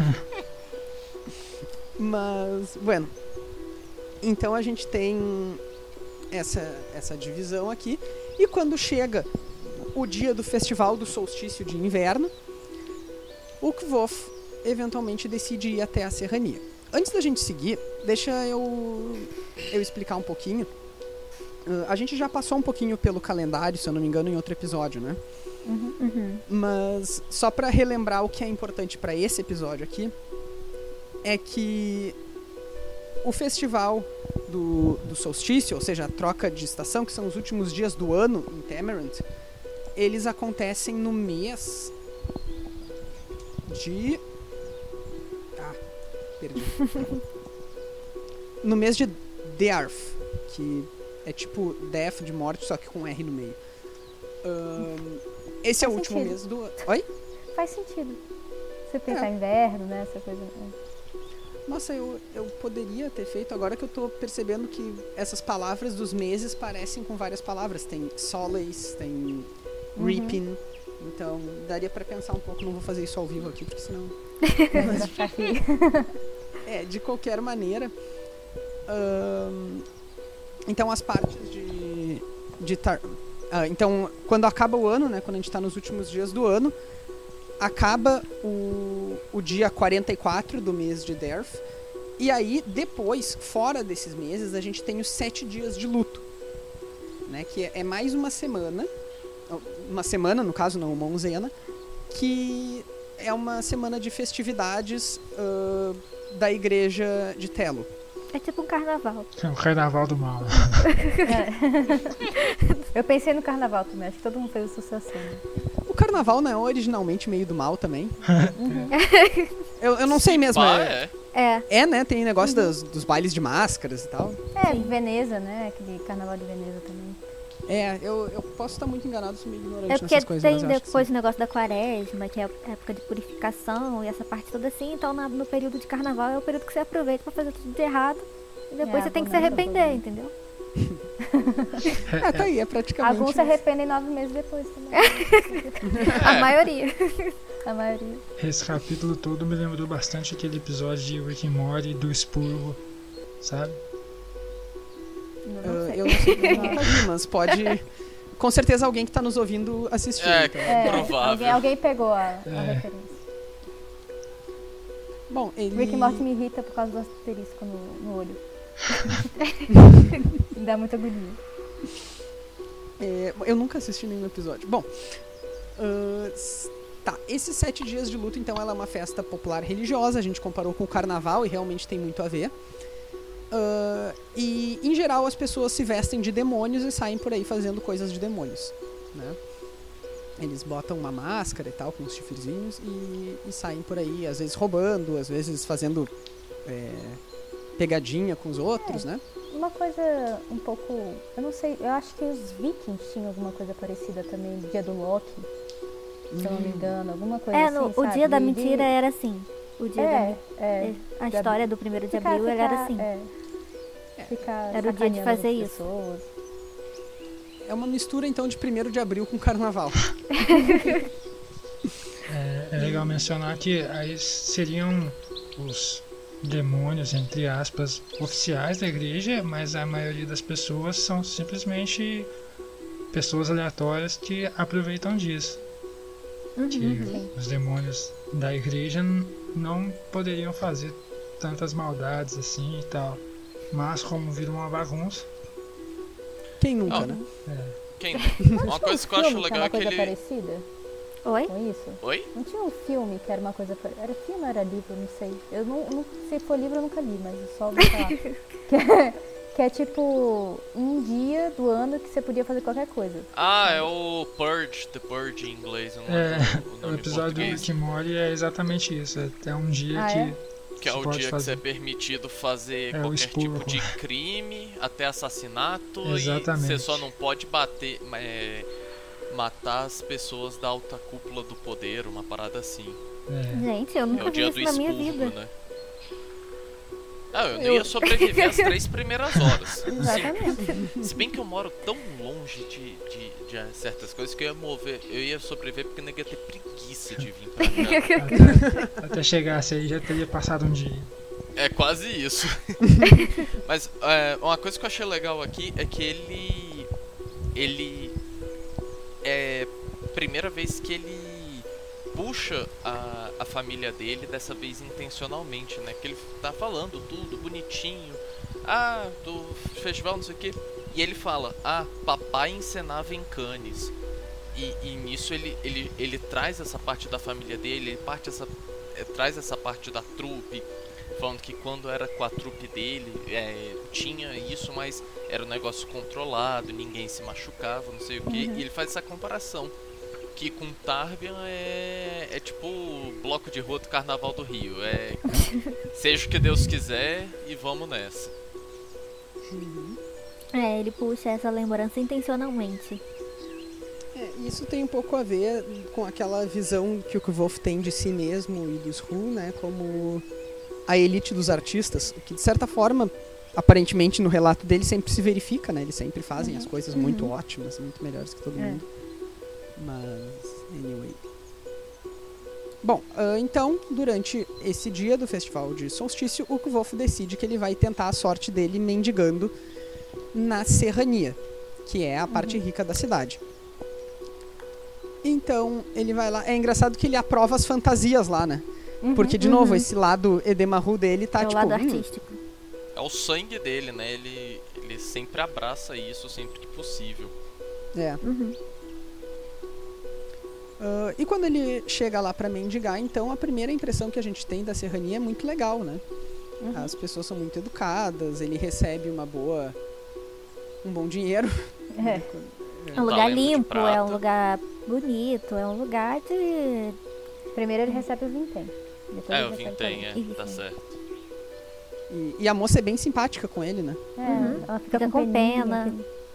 Speaker 2: Mas, bueno, então a gente tem essa divisão aqui, e quando chega o dia do festival do solstício de inverno, o Kvof eventualmente decide ir até a serrania. Antes da gente seguir, deixa eu explicar um pouquinho. A gente já passou um pouquinho pelo calendário, se eu não me engano, em outro episódio, né? Mas só para relembrar o que é importante para esse episódio aqui, é que o festival do solstício, ou seja, a troca de estação, que são os últimos dias do ano em Temerant, eles acontecem no mês de... perdi. No mês de Dearth, que é tipo Death, de morte, só que com R no meio. Esse é o último mês do ano. Oi?
Speaker 1: Faz sentido. Você pensar inverno, né? Essa coisa...
Speaker 2: Nossa, eu poderia ter feito, agora que eu tô percebendo que essas palavras dos meses parecem com várias palavras. Tem solace, tem reaping, então daria pra pensar um pouco. Não vou fazer isso ao vivo aqui, porque senão... de qualquer maneira. Então as partes então, quando acaba o ano, né, quando a gente tá nos últimos dias do ano, acaba o dia 44 do mês de Dearth, e aí depois, fora desses meses, a gente tem os 7 dias de luto, né, que é mais uma semana, no caso não, uma onzena, que é uma semana de festividades da igreja de Telo.
Speaker 5: É tipo um carnaval.
Speaker 4: É um carnaval do mal.
Speaker 1: Eu pensei no carnaval também, acho que todo mundo fez o sucesso.
Speaker 2: O carnaval não é originalmente meio do mal também? Eu não sei mesmo. Né? Tem negócio dos bailes de máscaras e tal.
Speaker 1: Veneza, né? Aquele carnaval de Veneza também.
Speaker 2: Eu posso estar muito enganado, sou meio ignorante
Speaker 5: nessas coisas. É porque tem depois o negócio da quaresma, que é a época de purificação e essa parte toda assim. Então no período de carnaval é o período que você aproveita pra fazer tudo de errado. E depois você tem que se arrepender, entendeu?
Speaker 2: Tá aí, é praticamente.
Speaker 1: Alguns se arrependem 9 meses depois também.
Speaker 5: A maioria.
Speaker 1: A maioria.
Speaker 4: Esse capítulo todo me lembrou bastante aquele episódio de Rick and Morty do expurgo, sabe?
Speaker 2: Eu não sei, eu nunca vi, mas pode... Com certeza alguém que tá nos ouvindo assistiu. Então.
Speaker 3: Provável.
Speaker 1: Alguém pegou a referência.
Speaker 2: Bom, ele...
Speaker 1: Rick and Morty me irrita por causa do asterisco no olho. Me dá muita agonia.
Speaker 2: Eu nunca assisti nenhum episódio. Bom, tá. Esses 7 dias de luto, então, ela é uma festa popular religiosa. A gente comparou com o carnaval e realmente tem muito a ver. E, em geral, as pessoas se vestem de demônios e saem por aí fazendo coisas de demônios, né? Eles botam uma máscara e tal, com os chifrezinhos e saem por aí, às vezes roubando, às vezes fazendo pegadinha com os outros, né?
Speaker 1: Uma coisa um pouco... Eu não sei, eu acho que os vikings tinham alguma coisa parecida também, no dia do Loki, se eu não me engano, alguma coisa assim,
Speaker 5: o dia da mentira era assim. O dia a história do 1º de abril era assim. Era o dia de fazer isso.
Speaker 2: É uma mistura, então, de 1º de abril com carnaval.
Speaker 4: É legal mencionar que aí seriam os demônios, entre aspas, oficiais da igreja, mas a maioria das pessoas são simplesmente pessoas aleatórias que aproveitam disso. Que os demônios da igreja não poderiam fazer tantas maldades assim e tal. Mas como vira uma bagunça...
Speaker 2: Quem nunca, né?
Speaker 3: Quem? Uma coisa que eu acho legal é que ele...
Speaker 1: parecida?
Speaker 5: Oi?
Speaker 1: Com isso?
Speaker 3: Oi?
Speaker 1: Não tinha um filme que era uma coisa... Era filme ou era livro? Não sei. Eu não se for livro eu nunca li, mas eu só vou falar. que é tipo um dia do ano que você podia fazer qualquer coisa.
Speaker 3: É o Purge, The Purge em inglês.
Speaker 4: O episódio do Rick and Morty é exatamente isso. É um dia
Speaker 3: que é o dia que você é permitido fazer qualquer tipo de crime, até assassinato.
Speaker 4: Exatamente.
Speaker 3: E você só não pode matar as pessoas da alta cúpula do poder, uma parada assim.
Speaker 5: Gente, eu nunca vi isso na minha vida.
Speaker 3: Né? Eu não ia sobreviver as 3 primeiras horas.
Speaker 1: Exatamente.
Speaker 3: Se bem que eu moro tão longe de certas coisas que eu ia sobreviver porque não ia ter preguiça de vir pra cá.
Speaker 4: Até chegasse aí já teria passado um dia.
Speaker 3: É quase isso. Mas uma coisa que eu achei legal aqui é que ele é a primeira vez que ele puxa a família dele, dessa vez intencionalmente, né? Que ele tá falando tudo bonitinho, do festival, não sei o que, e ele fala, papai encenava em Cannes, e nisso ele traz essa parte da família dele, traz essa parte da trupe, falando que quando era com a trupe dele, tinha isso, mas era um negócio controlado, ninguém se machucava, não sei o que, e ele faz essa comparação. Que com Tarbian é tipo o bloco de rua do Carnaval do Rio. Seja o que Deus quiser e vamos nessa.
Speaker 5: Ele puxa essa lembrança intencionalmente.
Speaker 2: Isso tem um pouco a ver com aquela visão que o Kvolf tem de si mesmo e dos Who, né? Como a elite dos artistas, que de certa forma, aparentemente no relato dele sempre se verifica, né? Eles sempre fazem as coisas muito ótimas, muito melhores que todo mundo. Mas, anyway. Bom, então, durante esse dia do festival de solstício, o Kvolf decide que ele vai tentar a sorte dele mendigando na serrania, que é a parte rica da cidade. Então, ele vai lá. É engraçado que ele aprova as fantasias lá, né? Porque, de novo, esse lado Edemaru dele tá
Speaker 5: tipo... É o lado artístico.
Speaker 3: É o sangue dele, né? Ele sempre abraça isso, sempre que possível.
Speaker 2: E quando ele chega lá pra mendigar, então a primeira impressão que a gente tem da serrania é muito legal, né? As pessoas são muito educadas, ele recebe um bom dinheiro.
Speaker 5: É um lugar limpo, é um lugar bonito, é um lugar de...
Speaker 1: Primeiro ele recebe o vintém.
Speaker 3: O vintém, tá certo.
Speaker 2: E a moça é bem simpática com ele, né?
Speaker 5: Ela fica com pena.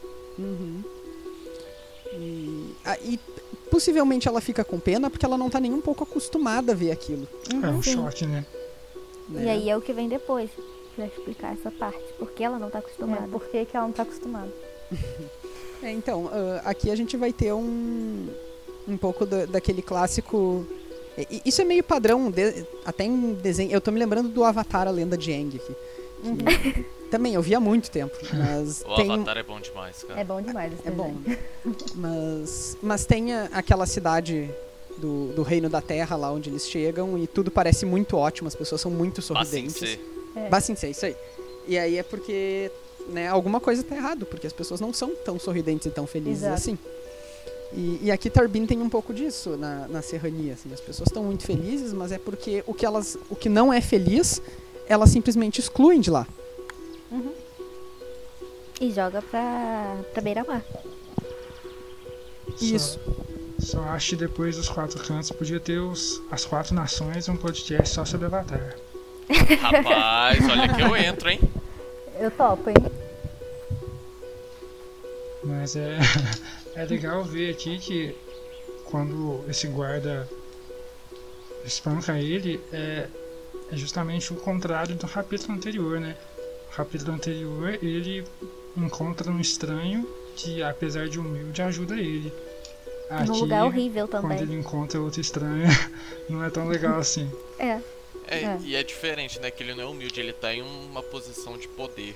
Speaker 2: E possivelmente ela fica com pena porque ela não tá nem um pouco acostumada a ver aquilo.
Speaker 4: É um choque, né?
Speaker 5: E aí é o que vem depois. pra explicar essa parte. Por que ela não tá acostumada.
Speaker 1: Por que ela não tá acostumada.
Speaker 2: Então, aqui a gente vai ter um pouco daquele clássico... Isso é meio padrão, até em desenho. Eu tô me lembrando do Avatar, a Lenda de Aang aqui. Também, eu vi há muito tempo. Mas
Speaker 3: Avatar é bom demais, cara.
Speaker 1: É bom demais esse desenho.
Speaker 2: Bom. Mas tem aquela cidade do Reino da Terra, lá onde eles chegam, e tudo parece muito ótimo, as pessoas são muito sorridentes. Ba Sing Se, isso aí. E aí é porque, né, alguma coisa tá errado, porque as pessoas não são tão sorridentes e tão felizes assim. E aqui Tarbean tem um pouco disso na serrania, assim. As pessoas estão muito felizes, mas é porque o que não é feliz, elas simplesmente excluem de lá.
Speaker 5: E joga pra beira-mar.
Speaker 2: Isso.
Speaker 4: Só acho que depois dos 4 cantos podia ter as 4 nações um podcast só sobre Avatar.
Speaker 3: Rapaz, olha que eu entro, hein?
Speaker 1: Eu topo, hein?
Speaker 4: Mas é legal ver aqui que quando esse guarda espanca ele, é justamente o contrário do capítulo anterior, né? No capítulo anterior ele encontra um estranho que, apesar de humilde, ajuda ele. Aqui,
Speaker 5: num lugar horrível também.
Speaker 4: Quando ele encontra outro estranho, não é tão legal assim.
Speaker 3: E é diferente, né? Que ele não é humilde, ele tá em uma posição de poder.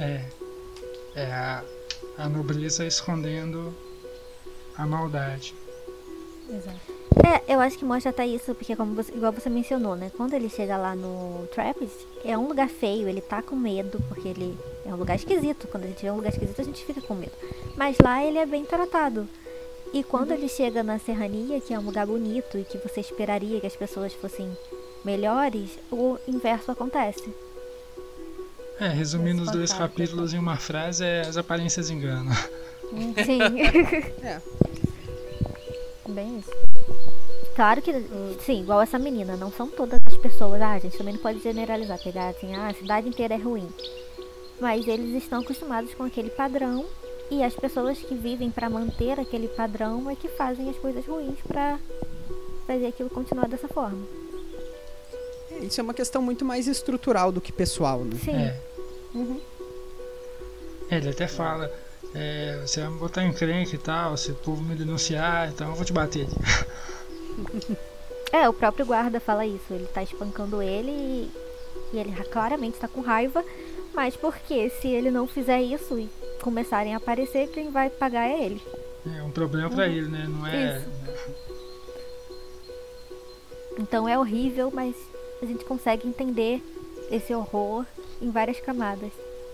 Speaker 4: A nobreza escondendo a maldade.
Speaker 1: Exato.
Speaker 5: Eu acho que mostra até isso, porque igual você mencionou, né? Quando ele chega lá no Trappist, é um lugar feio, ele tá com medo, porque ele é um lugar esquisito. Quando a gente vê um lugar esquisito, a gente fica com medo. Mas lá ele é bem tratado. E quando ele chega na serrania, que é um lugar bonito e que você esperaria que as pessoas fossem melhores, o inverso acontece.
Speaker 4: Resumindo os 2 capítulos em uma frase, as aparências enganam.
Speaker 5: Sim.
Speaker 1: Bem isso.
Speaker 5: Claro que, sim, igual essa menina, não são todas as pessoas, a gente também não pode generalizar, pegar assim, a cidade inteira é ruim. Mas eles estão acostumados com aquele padrão, e as pessoas que vivem para manter aquele padrão é que fazem as coisas ruins para fazer aquilo continuar dessa forma.
Speaker 2: Isso é uma questão muito mais estrutural do que pessoal, né?
Speaker 5: Sim.
Speaker 4: Ele até fala, você vai me botar em encrenca e tal, se o povo me denunciar, então eu vou te bater.
Speaker 5: O próprio guarda fala isso, ele tá espancando ele e ele claramente tá com raiva, mas porque se ele não fizer isso e começarem a aparecer, quem vai pagar é ele.
Speaker 4: É um problema pra ele, né? Não é...
Speaker 5: Isso. Então é horrível, mas a gente consegue entender esse horror em várias camadas.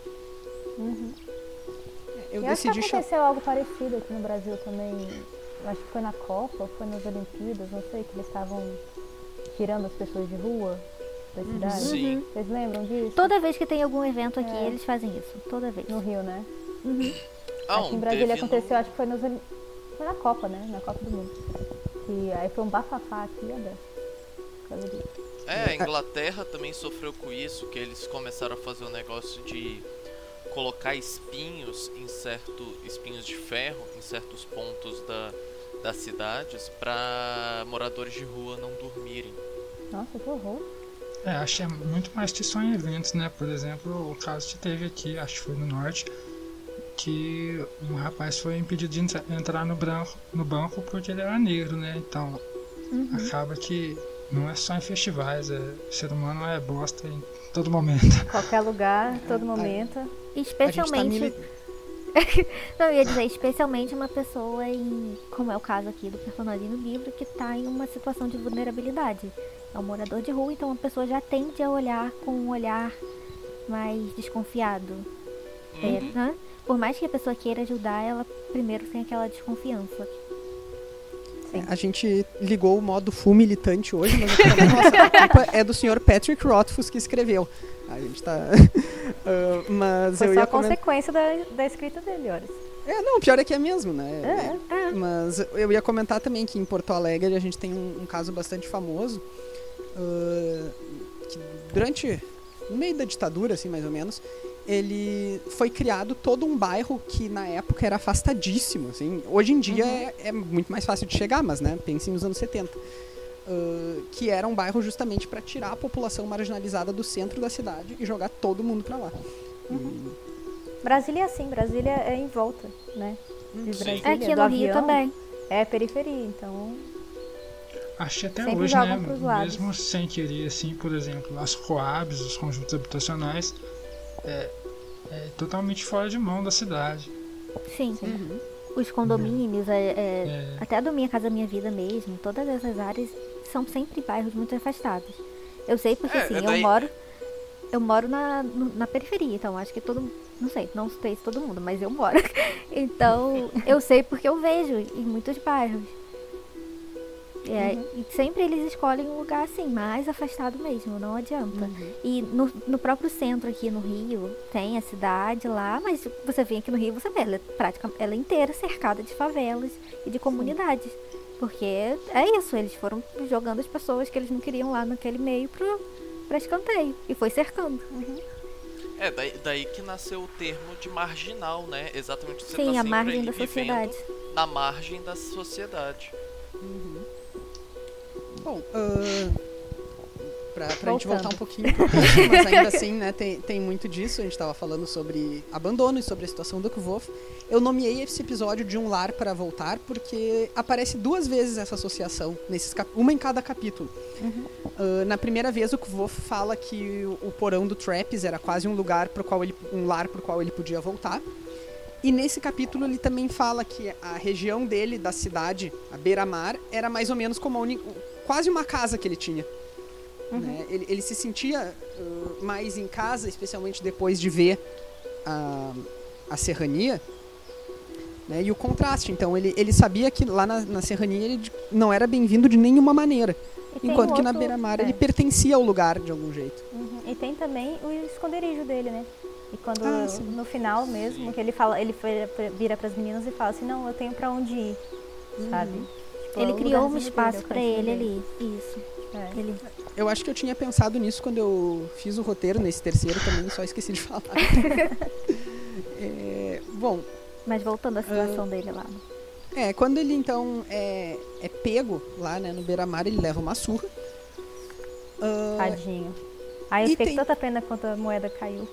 Speaker 1: Eu acho que aconteceu algo parecido aqui no Brasil também. Eu acho que foi na Copa, ou foi nas Olimpíadas, não sei, que eles estavam tirando as pessoas de rua da cidade.
Speaker 3: Sim.
Speaker 1: Vocês lembram disso?
Speaker 5: Toda vez que tem algum evento aqui, eles fazem isso. Toda vez.
Speaker 1: No Rio, né? Aqui em Brasília aconteceu, acho que foi na Copa, né? Na Copa do Mundo. E aí foi um bafafá aqui, por causa disso.
Speaker 3: A Inglaterra também sofreu com isso, que eles começaram a fazer um negócio de colocar espinhos de ferro em certos pontos das cidades para moradores de rua não dormirem.
Speaker 1: Nossa, que horror.
Speaker 4: Acho que é muito mais que só em eventos, né? Por exemplo, o caso que teve aqui, acho que foi no norte, que um rapaz foi impedido de entrar no banco porque ele era negro, né? Então, acaba que não é só em festivais, o ser humano é bosta em todo momento.
Speaker 1: Qualquer lugar, todo momento.
Speaker 5: Especialmente... Não, eu ia dizer, especialmente uma pessoa como é o caso aqui do personagem no livro, que está em uma situação de vulnerabilidade. É um morador de rua, então a pessoa já tende a olhar com um olhar mais desconfiado. Né? Por mais que a pessoa queira ajudar, ela primeiro tem aquela desconfiança.
Speaker 2: A gente ligou o modo full militante hoje, mas a culpa é do senhor Patrick Rothfuss que escreveu. A gente tá... mas
Speaker 1: foi só a consequência da escrita dele, Oris.
Speaker 2: Não, pior é que é mesmo, né? Mas eu ia comentar também que em Porto Alegre a gente tem um caso bastante famoso, que durante, no meio da ditadura, assim, mais ou menos, ele foi criado todo um bairro que na época era afastadíssimo, assim. Hoje em dia é muito mais fácil de chegar, mas, né, pense nos anos 70. que era um bairro justamente para tirar a população marginalizada do centro da cidade e jogar todo mundo para lá.
Speaker 1: Brasília é assim, Brasília é em volta, né? De Brasília,
Speaker 5: aqui no Rio também.
Speaker 1: É periferia, então...
Speaker 4: Acho que até hoje, né, mesmo sem querer, assim, por exemplo, as coabs, os conjuntos habitacionais, é totalmente fora de mão da cidade.
Speaker 5: Sim. Os condomínios, até do Minha Casa Minha Vida mesmo, todas essas áreas são sempre bairros muito afastados. Eu sei porque, assim, eu moro na periferia, então acho que não sei se todo mundo, mas eu moro. Então, eu sei porque eu vejo em muitos bairros. E sempre eles escolhem um lugar assim, mais afastado mesmo, não adianta. E no próprio centro aqui no Rio, tem a cidade lá, mas você vem aqui no Rio, você vê, ela é inteira cercada de favelas e de comunidades. Porque é isso, eles foram jogando as pessoas que eles não queriam lá naquele meio pra escanteio. E foi cercando.
Speaker 3: Daí que nasceu o termo de marginal, né? Exatamente o que você
Speaker 5: Sim,
Speaker 3: tá
Speaker 5: a margem da
Speaker 3: vivendo
Speaker 5: sociedade.
Speaker 3: Na margem da sociedade.
Speaker 2: Bom, pra gente voltar um pouquinho pro curso, mas ainda assim, né, tem muito disso. A gente estava falando sobre abandono e sobre a situação do Kvof. Eu nomeei esse episódio de Um Lar para Voltar porque aparece 2 vezes essa associação, uma em cada capítulo. Na primeira vez, o Kvof fala que o porão do Trappes era quase um lar pro qual ele podia voltar. E nesse capítulo ele também fala que a região dele, da cidade, a beira-mar, era mais ou menos como quase uma casa que ele tinha. Né? Ele se sentia mais em casa, especialmente depois de ver a serrania, né? E o contraste. Então ele sabia que lá na serrania ele não era bem-vindo de nenhuma maneira. Enquanto que na beira-mar ele pertencia ao lugar de algum jeito.
Speaker 1: E tem também o esconderijo dele, né? E quando no final mesmo, que ele vira para as meninas e fala assim, não, eu tenho para onde ir, sabe? Tipo,
Speaker 5: ele criou um espaço para ele ali, isso.
Speaker 2: Eu acho que eu tinha pensado nisso quando eu fiz o roteiro nesse terceiro também, só esqueci de falar. Bom.
Speaker 5: Mas voltando à situação dele lá.
Speaker 2: Quando ele então é pego lá, né, no beira-mar, ele leva uma surra.
Speaker 1: Tadinho. Aí eu fiquei com tanta pena quando a moeda caiu.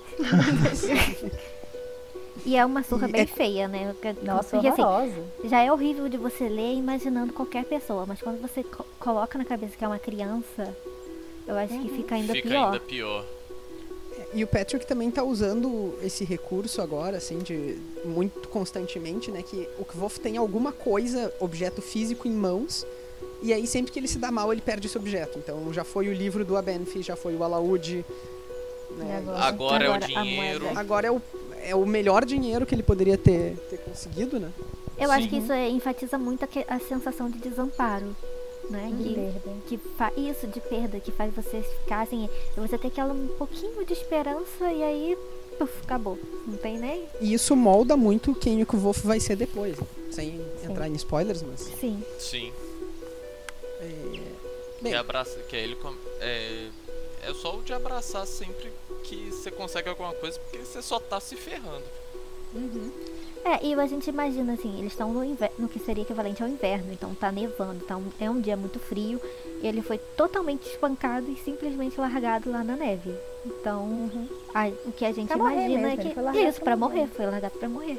Speaker 5: E é uma surra bem feia, né?
Speaker 1: Nossa, horrorosa.
Speaker 5: Assim, já é horrível de você ler imaginando qualquer pessoa, mas quando você coloca na cabeça que é uma criança, eu acho que fica ainda pior.
Speaker 2: E o Patrick também tá usando esse recurso agora, assim, muito constantemente, né? Que o Kvof tem alguma coisa, objeto físico em mãos, e aí sempre que ele se dá mal, ele perde esse objeto. Então já foi o livro do Abenfi, já foi o alaúde. Né?
Speaker 3: Agora é o dinheiro.
Speaker 2: Agora é o melhor dinheiro que ele poderia ter conseguido, né?
Speaker 5: Eu acho que isso enfatiza muito a sensação de desamparo, né? Isso, de perda, que faz você ficar assim, você tem um pouquinho de esperança e aí, acabou. Não tem nem...
Speaker 2: E isso molda muito quem o Kvof vai ser depois, sem entrar em spoilers, mas...
Speaker 5: Sim.
Speaker 3: É só o de abraçar sempre que você consegue alguma coisa, porque você só tá se ferrando.
Speaker 5: E a gente imagina assim, eles estão no que seria equivalente ao inverno, então tá nevando, é um dia muito frio, e ele foi totalmente espancado e simplesmente largado lá na neve. Então, o que a gente imagina é que isso, pra morrer, foi largado pra morrer.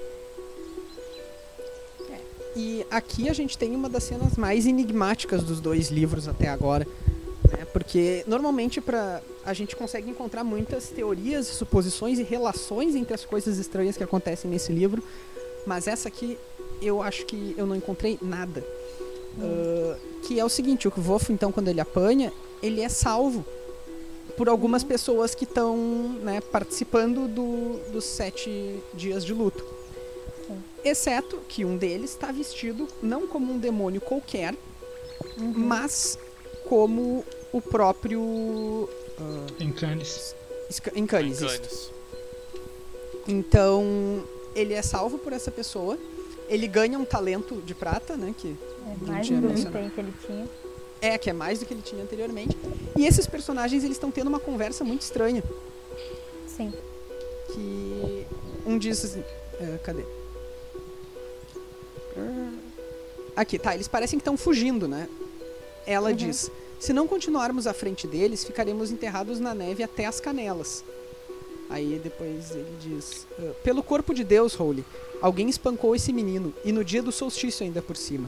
Speaker 2: E aqui a gente tem uma das cenas mais enigmáticas dos 2 livros até agora. Porque normalmente a gente consegue encontrar muitas teorias, suposições e relações entre as coisas estranhas que acontecem nesse livro, mas essa aqui eu acho que eu não encontrei nada. Que é o seguinte, o Kvof, então, quando ele apanha, ele é salvo por algumas pessoas que estão, né, participando dos 7 dias de luto. Exceto que um deles está vestido não como um demônio qualquer, mas como o próprio...
Speaker 4: Encanis.
Speaker 2: Isso. Então, ele é salvo por essa pessoa. Ele ganha um talento de prata, né? Que
Speaker 1: mais do que ele tinha.
Speaker 2: Que é mais do que ele tinha anteriormente. E esses personagens, eles estão tendo uma conversa muito estranha.
Speaker 1: Sim.
Speaker 2: Que um diz assim... cadê? Aqui, tá. Eles parecem que estão fugindo, né? Ela diz... Se não continuarmos à frente deles, ficaremos enterrados na neve até as canelas. Aí depois ele diz: pelo corpo de Deus, Holy, alguém espancou esse menino, e no dia do solstício ainda por cima.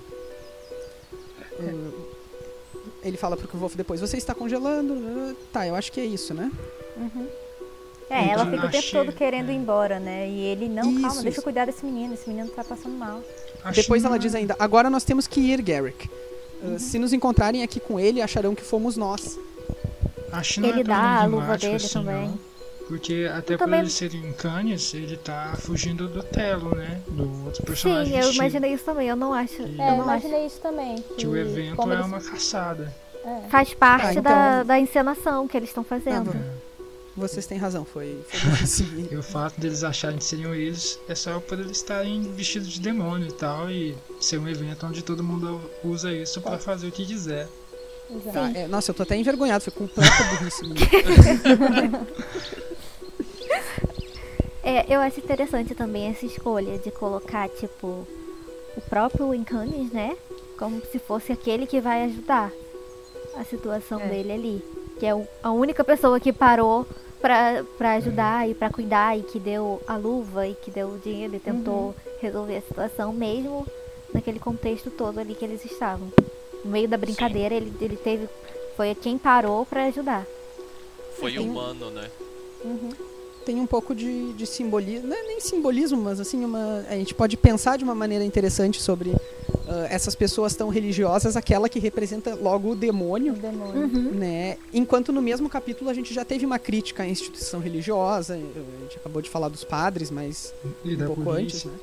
Speaker 2: Ele fala pro Kvolf depois: você está congelando? Tá, eu acho que é isso, né?
Speaker 5: Uhum. Ela fica o tempo todo querendo ir embora, né? E ele, não, calma, deixa eu cuidar desse menino, esse menino tá passando mal.
Speaker 2: Depois ela diz ainda: agora nós temos que ir, Garrick. Se nos encontrarem aqui com ele, acharão que fomos nós.
Speaker 4: Acho que não
Speaker 5: ele
Speaker 4: é
Speaker 5: dá a luva dele
Speaker 4: assim,
Speaker 5: também.
Speaker 4: Não. Porque até por ele ser em Cannes, ele tá fugindo do Telo, né? Do outro personagem.
Speaker 5: Sim, eu imaginei isso também, eu não acho.
Speaker 1: Eu imaginei isso também.
Speaker 4: Que o evento é uma caçada.
Speaker 5: Faz parte da encenação que eles estão fazendo.
Speaker 2: Vocês têm razão, foi assim.
Speaker 4: E o fato deles acharem que seriam eles é só por eles estarem vestidos de demônio e tal, e ser um evento onde todo mundo usa isso pra fazer o que quiser.
Speaker 2: Tá, nossa, eu tô até envergonhado, foi completa burrice.
Speaker 5: Eu acho interessante também essa escolha de colocar, tipo, o próprio Incanis, né? Como se fosse aquele que vai ajudar a situação dele ali. Que é a única pessoa que parou pra ajudar e pra cuidar, e que deu a luva e que deu o dinheiro e tentou resolver a situação, mesmo naquele contexto todo ali que eles estavam. No meio da brincadeira, ele foi quem parou pra ajudar.
Speaker 3: Foi humano, né?
Speaker 2: Tem um pouco de simbolismo, não é nem simbolismo, mas assim, a gente pode pensar de uma maneira interessante sobre essas pessoas tão religiosas, aquela que representa logo o demônio. Né? Enquanto no mesmo capítulo a gente já teve uma crítica à instituição religiosa, a gente acabou de falar dos padres, mas um pouco antes, né?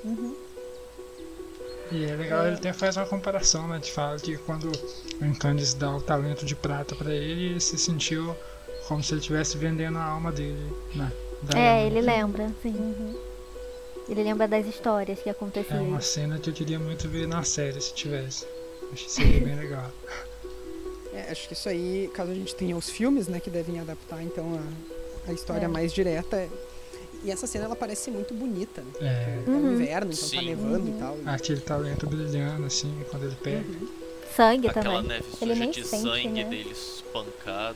Speaker 4: E é legal, ele até faz uma comparação, né? De falar que quando o Incanis dá o talento de prata pra ele, ele se sentiu como se ele estivesse vendendo a alma dele, né?
Speaker 5: Ele lembra, sim. Ele lembra das histórias que aconteciam.
Speaker 4: É uma cena que eu queria muito ver na série, se tivesse. Acho que seria bem legal.
Speaker 2: Acho que isso aí, caso a gente tenha os filmes, né, que devem adaptar, então, a história mais direta. E essa cena, ela parece muito bonita, né? É no inverno, então tá nevando e tal.
Speaker 4: Aquele talento brilhando, assim, quando ele pega.
Speaker 5: Sangue
Speaker 3: Aquela
Speaker 5: também.
Speaker 3: neve suja de sangue dele espancado.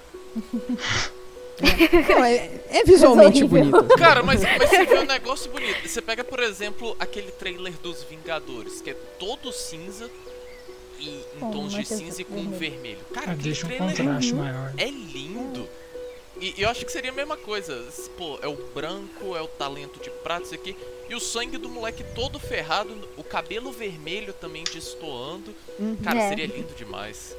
Speaker 2: Não, é visualmente bonito.
Speaker 3: Cara, mas você vê um negócio bonito. Você pega, por exemplo, aquele trailer dos Vingadores, que é todo cinza e em tons de cinza e com vermelho. Cara,
Speaker 4: deixa um contraste maior.
Speaker 3: É lindo. E eu acho que seria a mesma coisa. Pô, é o branco, é o talento de prata, isso aqui. E o sangue do moleque todo ferrado, o cabelo vermelho também destoando. Cara, seria lindo demais.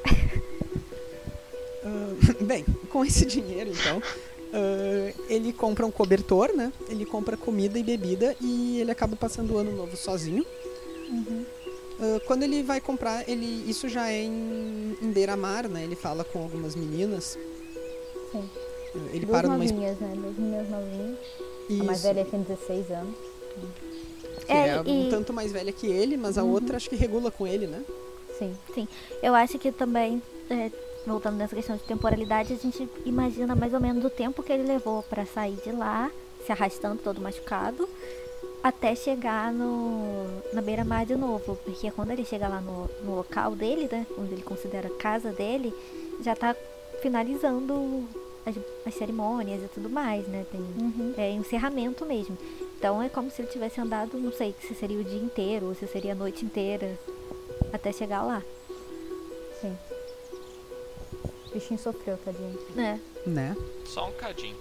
Speaker 2: Bem, com esse dinheiro, então, ele compra um cobertor, né? Ele compra comida e bebida e ele acaba passando o ano novo sozinho. Quando ele vai comprar, isso já é em Beira-Mar, né? Ele fala com algumas meninas.
Speaker 1: Sim.
Speaker 2: Ele
Speaker 1: Duas
Speaker 2: para
Speaker 1: novinhas, né? Duas meninas novinhas.
Speaker 2: Isso.
Speaker 1: A mais velha tem 16 anos.
Speaker 2: Que é um tanto mais velha que ele, mas a outra acho que regula com ele, né?
Speaker 5: Sim. Eu acho que também, voltando nessa questão de temporalidade, a gente imagina mais ou menos o tempo que ele levou pra sair de lá, se arrastando todo machucado, até chegar na beira-mar de novo. Porque quando ele chega lá no local dele, né, onde ele considera a casa dele, já tá finalizando as cerimônias e tudo mais, né? Tem encerramento mesmo. Então é como se ele tivesse andado, não sei se seria o dia inteiro ou se seria a noite inteira até chegar lá.
Speaker 1: Sim. O bichinho sofreu, tadinho.
Speaker 2: Né?
Speaker 3: Só um cadinho.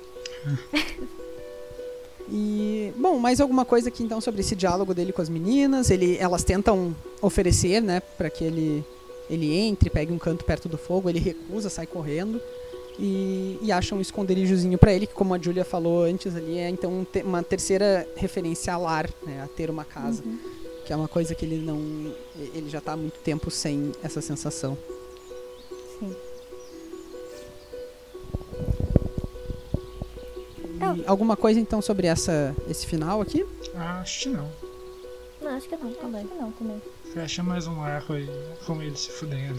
Speaker 2: E, bom, mais alguma coisa aqui então sobre esse diálogo dele com as meninas. Elas tentam oferecer, né, pra que ele entre, pegue um canto perto do fogo. Ele recusa, sai correndo e acha um esconderijozinho pra ele, que, como a Julia falou antes ali, é então uma terceira referência a lar, né, a ter uma casa, que é uma coisa que ele já tá há muito tempo sem essa sensação.
Speaker 1: Sim.
Speaker 2: E alguma coisa então sobre esse final aqui?
Speaker 4: Acho que não.
Speaker 5: Não, acho que não também.
Speaker 4: Fecha mais um arco aí com ele se fudendo.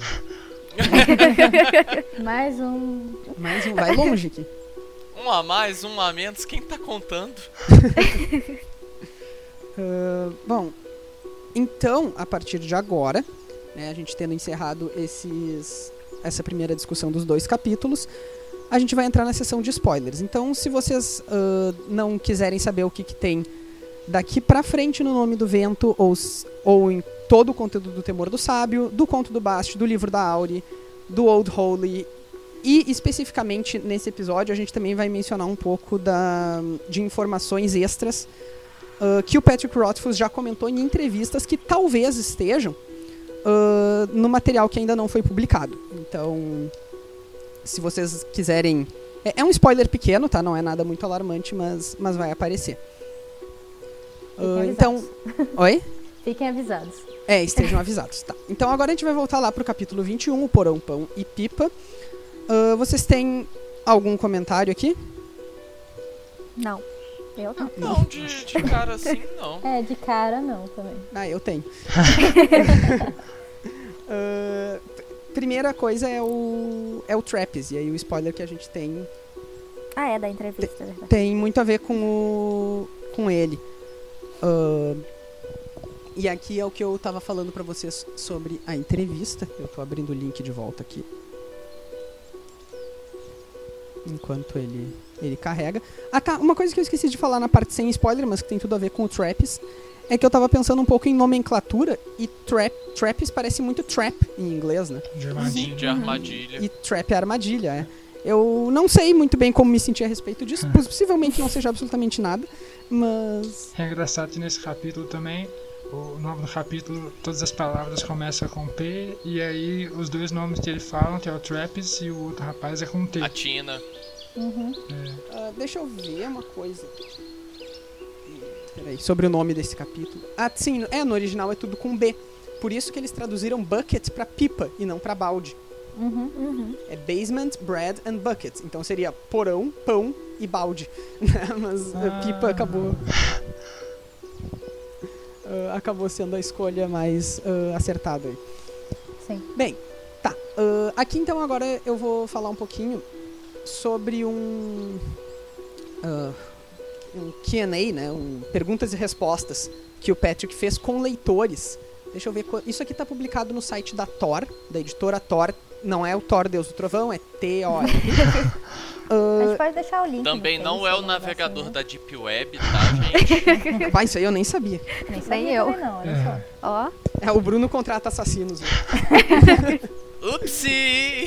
Speaker 1: Mais um.
Speaker 2: Vai longe aqui.
Speaker 3: Um a mais, um a menos, quem tá contando?
Speaker 2: Bom, então, a partir de agora, né, a gente tendo encerrado esses essa primeira discussão dos 2 capítulos, a gente vai entrar na sessão de spoilers. Então, se vocês não quiserem saber o que tem daqui pra frente no Nome do Vento, ou em todo o conteúdo do Temor do Sábio, do Conto do Bast, do livro da Auri, do Old Holy, e especificamente nesse episódio a gente também vai mencionar um pouco de informações extras que o Patrick Rothfuss já comentou em entrevistas que talvez estejam no material que ainda não foi publicado. Então, se vocês quiserem... É um spoiler pequeno, tá? Não é nada muito alarmante, mas vai aparecer. Então... Oi?
Speaker 1: Fiquem avisados.
Speaker 2: Estejam avisados. Tá. Então agora a gente vai voltar lá pro capítulo 21, o Porão, Pão e Pipa. Vocês têm algum comentário aqui?
Speaker 5: Não. Eu não.
Speaker 3: Não, de cara assim, não.
Speaker 1: De cara não também.
Speaker 2: Eu tenho. Primeira coisa é o Trappist, e aí o spoiler que a gente tem...
Speaker 5: é da entrevista, é verdade.
Speaker 2: Tem muito a ver com ele. E aqui é o que eu tava falando pra vocês sobre a entrevista. Eu tô abrindo o link de volta aqui. Enquanto ele carrega. Uma coisa que eu esqueci de falar na parte sem spoiler, mas que tem tudo a ver com o Trappist, é que eu tava pensando um pouco em nomenclatura, e Trappist parece muito trap em inglês, né?
Speaker 3: De armadilha.
Speaker 2: E trap é armadilha, Eu não sei muito bem como me sentir a respeito disso, possivelmente não seja absolutamente nada, mas...
Speaker 4: É engraçado que nesse capítulo também, o nome do capítulo, todas as palavras começam com P, e aí os 2 nomes que ele fala, que é o Trappist e o outro rapaz, é com T.
Speaker 3: A Tina.
Speaker 2: Deixa eu ver uma coisa. Peraí, sobre o nome desse capítulo. Sim, no original é tudo com B. Por isso que eles traduziram bucket pra pipa e não pra balde. É basement, bread and bucket. Então seria porão, pão e balde. Mas pipa acabou sendo a escolha mais acertada aí.
Speaker 1: Sim.
Speaker 2: Bem, tá. Aqui então agora eu vou falar um pouquinho sobre um Q&A, né? Perguntas e respostas que o Patrick fez com leitores. Deixa eu ver. Isso aqui tá publicado no site da Thor, da editora Thor. Não é o Thor, Deus do Trovão, é T-O-R.
Speaker 1: A gente pode deixar o link.
Speaker 3: Também não é o navegador da Deep Web, tá, gente?
Speaker 2: Isso aí eu nem sabia.
Speaker 1: Nem sabia eu. Não, olha
Speaker 5: só.
Speaker 2: O Bruno contrata assassinos.
Speaker 3: Upsi!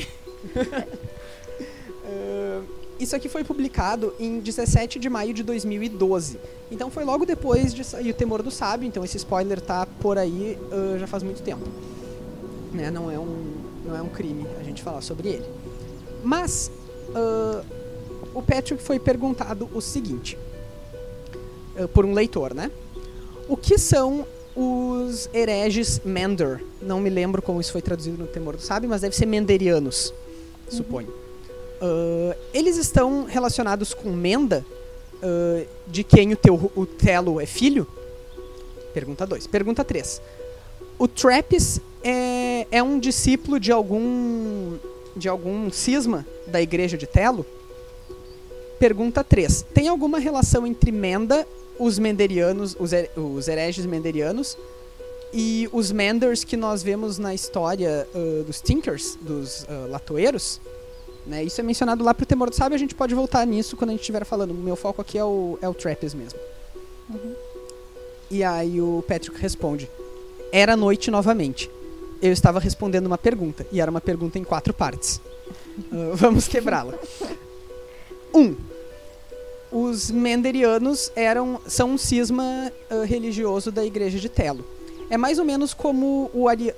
Speaker 2: Isso aqui foi publicado em 17 de maio de 2012. Então foi logo depois de sair o Temor do Sábio. Então esse spoiler tá por aí já faz muito tempo. Né? Não é um crime a gente falar sobre ele. Mas o Patrick foi perguntado o seguinte, por um leitor, né? O que são os hereges Mender? Não me lembro como isso foi traduzido no Temor do Sábio, mas deve ser menderianos, suponho. Eles estão relacionados com Menda, de quem o Telo é filho? Pergunta 2. Pergunta 3. O Trappist é um discípulo de algum cisma da igreja de Telo? Pergunta 3. Tem alguma relação entre Menda, os menderianos, os hereges menderianos, e os Menders que nós vemos na história dos Tinkers, dos latoeiros? Né? Isso é mencionado lá pro Temor do Sábio, a gente pode voltar nisso quando a gente estiver falando. O meu foco aqui é o Trappist mesmo. E aí o Patrick responde: era noite novamente. Eu estava respondendo uma pergunta, e era uma pergunta em 4 partes. Vamos quebrá-la. 1. Os menderianos são um cisma religioso da igreja de Telo. É mais ou menos como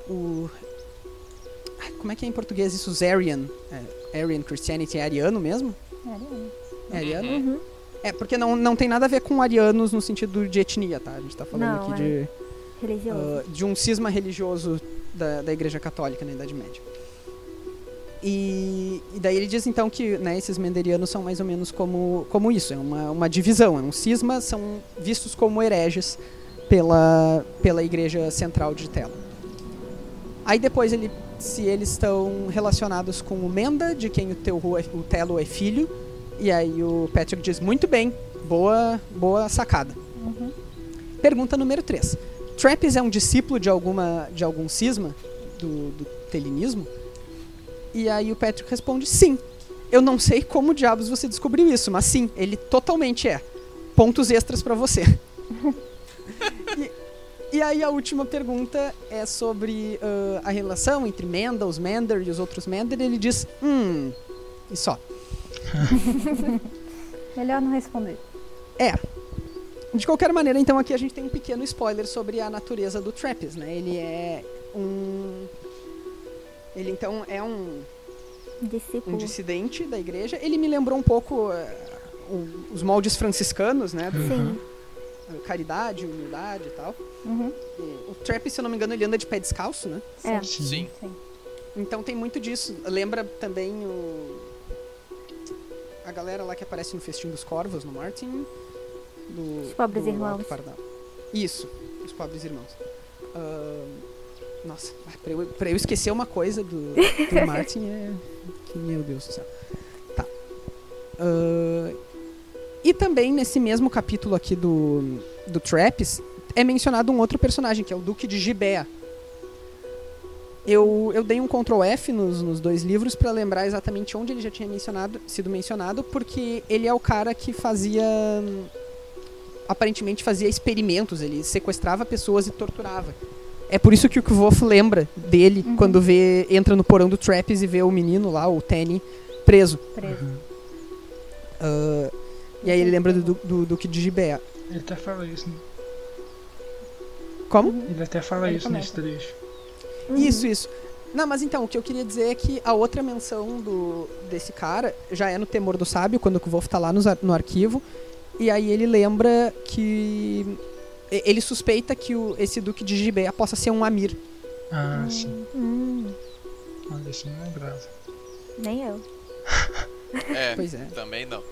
Speaker 2: como é que é em português isso? Os Arian Christianity é ariano mesmo? É ariano? Porque não tem nada a ver com arianos no sentido de etnia, tá? A gente tá falando aqui de um cisma religioso da igreja católica na Idade Média. E daí ele diz então que, né, esses menderianos são mais ou menos como isso, é uma divisão, é um cisma, são vistos como hereges pela igreja central de Telo. Aí depois se eles estão relacionados com o Menda, de quem o Telo é filho, e aí o Patrick diz: muito bem, boa sacada. Pergunta número 3. Trappist é um discípulo de algum cisma do telinismo? E aí o Patrick responde, sim. Eu não sei como diabos você descobriu isso, mas sim, ele totalmente é. Pontos extras pra você. E aí a última pergunta é sobre a relação entre Menda, os Mender e os outros Mender. Ele diz, e só.
Speaker 1: Melhor não responder.
Speaker 2: De qualquer maneira, então aqui a gente tem um pequeno spoiler sobre a natureza do Trappist, né? Ele é Ele então é um dissidente da igreja. Ele me lembrou um pouco os moldes franciscanos, né?
Speaker 5: Sim.
Speaker 2: Caridade, humildade e tal.
Speaker 1: Uhum.
Speaker 2: O Trappist, se eu não me engano, ele anda de pé descalço, né?
Speaker 3: Sim.
Speaker 2: Então tem muito disso. Lembra também a galera lá que aparece no Festim dos Corvos, no Martin.
Speaker 5: Os pobres irmãos.
Speaker 2: Isso, os pobres irmãos. Nossa, pra eu esquecer uma coisa do Martin que, meu Deus do céu. Tá. E também nesse mesmo capítulo aqui do Trappist é mencionado um outro personagem, que é o Duque de Gibea. Eu dei um Ctrl F nos 2 livros pra lembrar exatamente onde ele já tinha sido mencionado, porque ele é o cara que aparentemente fazia experimentos, ele sequestrava pessoas e torturava. É por isso que o Kvof lembra dele quando entra no porão do Trappist e vê o menino lá, o Tenny, preso. E aí ele lembra do Duque de Gibea.
Speaker 4: Ele até fala isso, né?
Speaker 2: Como?
Speaker 4: Ele até fala isso nesse trecho.
Speaker 2: Isso. Não, mas então, o que eu queria dizer é que a outra menção desse cara já é no Temor do Sábio, quando o Kvof tá lá no arquivo, e aí ele lembra que... Ele suspeita que esse Duque de Gibea possa ser um Amir.
Speaker 4: Ah, sim. Olha, isso não lembrava.
Speaker 5: Nem eu.
Speaker 2: Pois é.
Speaker 3: Também não.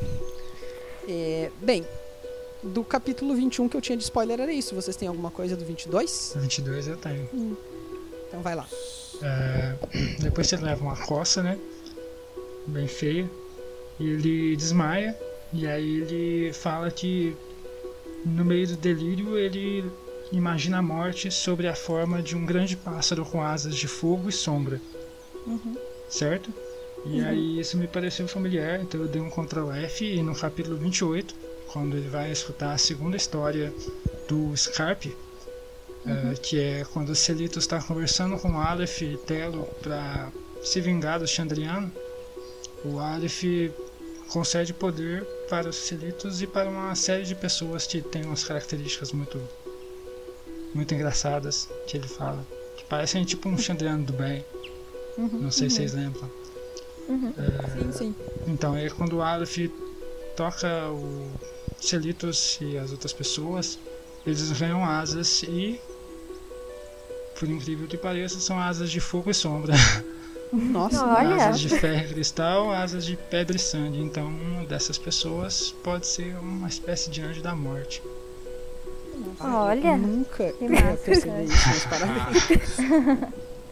Speaker 2: Bem, do capítulo 21 que eu tinha de spoiler era isso. Vocês têm alguma coisa do 22?
Speaker 4: O 22 eu tenho.
Speaker 2: Então vai lá.
Speaker 4: Depois você leva uma coça, né? Bem feia. E ele desmaia. E aí ele fala que no meio do delírio ele imagina a morte sob a forma de um grande pássaro com asas de fogo e sombra. Certo? E aí isso me pareceu familiar, então eu dei um Ctrl F e no capítulo 28, quando ele vai escutar a segunda história do Scarpe, que é quando o Celito está conversando com o Aleph e Telo para se vingar do Chandriano, o Aleph concede poder para os Celitos e para uma série de pessoas que têm umas características muito engraçadas, que ele fala, que parecem tipo um Chandriano do bem. Não sei se vocês lembram.
Speaker 2: Sim.
Speaker 4: Então é quando o Aleph toca o Celitos e as outras pessoas, eles ganham asas e, por incrível que pareça, são asas de fogo e sombra.
Speaker 2: Nossa,
Speaker 5: olha.
Speaker 4: Asas de ferro e cristal, asas de pedra e sangue. Então uma dessas pessoas pode ser uma espécie de anjo da morte.
Speaker 5: Olha.
Speaker 2: Eu nunca ia perceber isso, mas parabéns.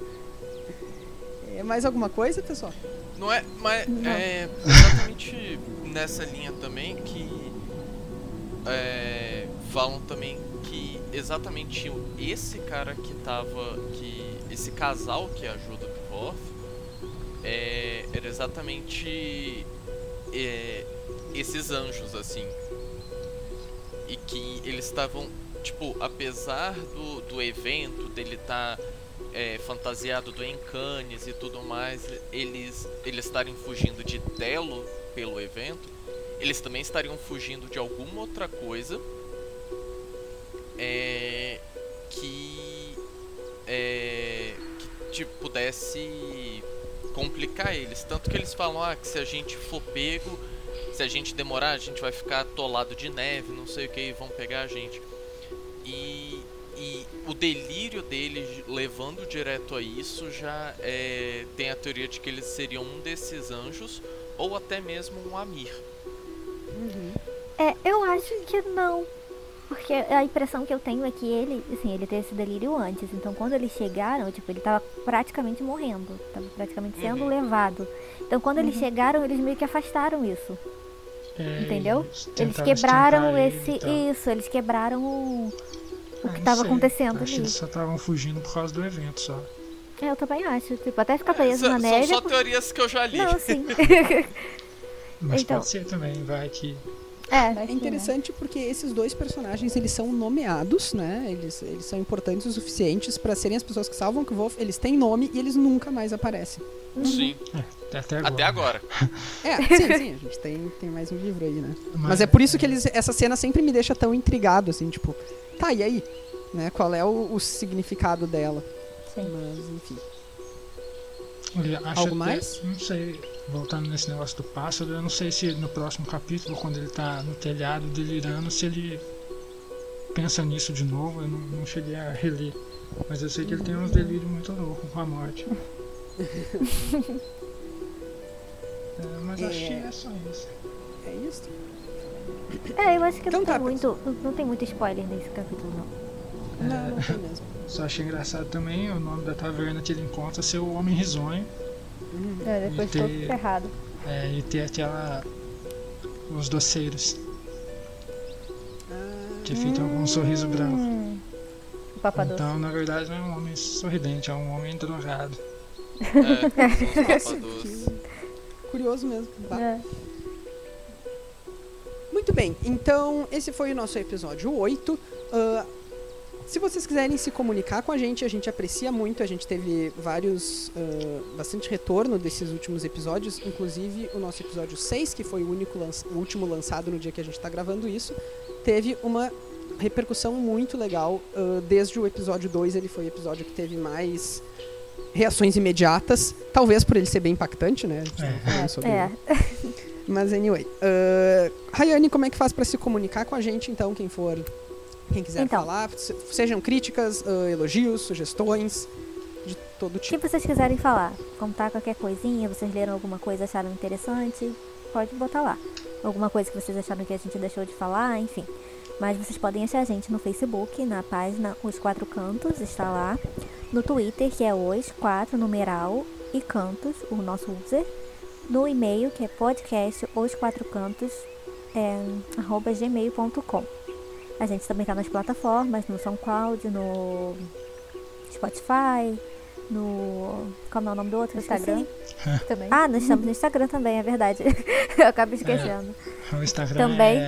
Speaker 2: Mais alguma coisa, pessoal?
Speaker 3: Não é, mas é exatamente nessa linha também que falam também que exatamente esse cara esse casal que ajuda o Kvof era exatamente esses anjos, assim, e que eles estavam, tipo, apesar do evento dele estar fantasiado do Encanes e tudo mais, eles estarem fugindo de Telo pelo evento, eles também estariam fugindo de alguma outra coisa que pudesse complicar eles. Tanto que eles falam que se a gente for pego, se a gente demorar, a gente vai ficar atolado de neve, não sei o que, e vão pegar a gente. E o delírio deles levando direto a isso já tem a teoria de que eles seriam um desses anjos ou até mesmo um Amir.
Speaker 5: Eu acho que não. Porque a impressão que eu tenho é que ele teve esse delírio antes. Então quando eles chegaram, tipo, ele tava praticamente morrendo. Tava praticamente sendo levado. Então quando eles chegaram, eles meio que afastaram isso. Entendeu? Eles quebraram eles quebraram o que estava acontecendo ali.
Speaker 4: Acho que eles só estavam fugindo por causa do evento só.
Speaker 5: Eu também acho. Tipo, até ficar preso na neve.
Speaker 3: São só teorias que eu já li.
Speaker 5: Não, sim.
Speaker 4: Mas então, pode ser também, vai que...
Speaker 2: É interessante porque esses dois personagens, eles são nomeados, né? Eles são importantes o suficientes pra serem as pessoas que salvam o Kvolf. Eles têm nome e eles nunca mais aparecem.
Speaker 3: Sim. Até agora.
Speaker 2: Sim, a gente tem mais um livro aí, né? Mas é por isso que essa cena sempre me deixa tão intrigado, assim, tipo, tá, e aí? Né? Qual é o significado dela? Sim. Mas, enfim. Algo mais?
Speaker 4: Não sei, voltando nesse negócio do pássaro, eu não sei se no próximo capítulo, quando ele tá no telhado delirando, se ele pensa nisso de novo. Eu não cheguei a reler, mas eu sei que ele tem uns delírios muito loucos com a morte. Mas acho que é só isso.
Speaker 2: É isso?
Speaker 5: Eu acho que então não tem muito spoiler nesse capítulo, não.
Speaker 2: Não tem mesmo.
Speaker 4: Só achei engraçado também o nome da taverna que ele encontra ser o Homem Risonho.
Speaker 1: Depois ficou ferrado.
Speaker 4: E ter os doceiros. Que fica com um sorriso branco.
Speaker 1: O papadoce.
Speaker 4: Então, na verdade, não é um homem sorridente, é um homem drogado.
Speaker 3: São os
Speaker 2: Curioso mesmo. Muito bem, então esse foi o nosso episódio 8. Se vocês quiserem se comunicar com a gente aprecia muito. A gente teve bastante retorno desses últimos episódios, inclusive o nosso episódio 6, que foi o último lançado no dia que a gente está gravando isso, teve uma repercussão muito legal. Desde o episódio 2 ele foi o episódio que teve mais reações imediatas, talvez por ele ser bem impactante, né? A gente tava falando sobre Mas anyway, Rayane, como é que faz para se comunicar com a gente, então, quem quiser falar, sejam críticas, elogios, sugestões, de todo tipo.
Speaker 5: O que vocês quiserem falar, contar qualquer coisinha, vocês leram alguma coisa, acharam interessante, pode botar lá. Alguma coisa que vocês acharam que a gente deixou de falar, enfim. Mas vocês podem achar a gente no Facebook, na página Os Quatro Cantos, está lá. No Twitter, que é Os4, numeral, e Cantos, o nosso user. No e-mail, que é podcast osquatrocantos, @gmail.com. A gente também está nas plataformas, no SoundCloud, no Spotify, no... Como é o nome do outro? Instagram.
Speaker 1: Também.
Speaker 5: Nós estamos no Instagram também, é verdade. Eu acabo esquecendo.
Speaker 4: O Instagram
Speaker 5: também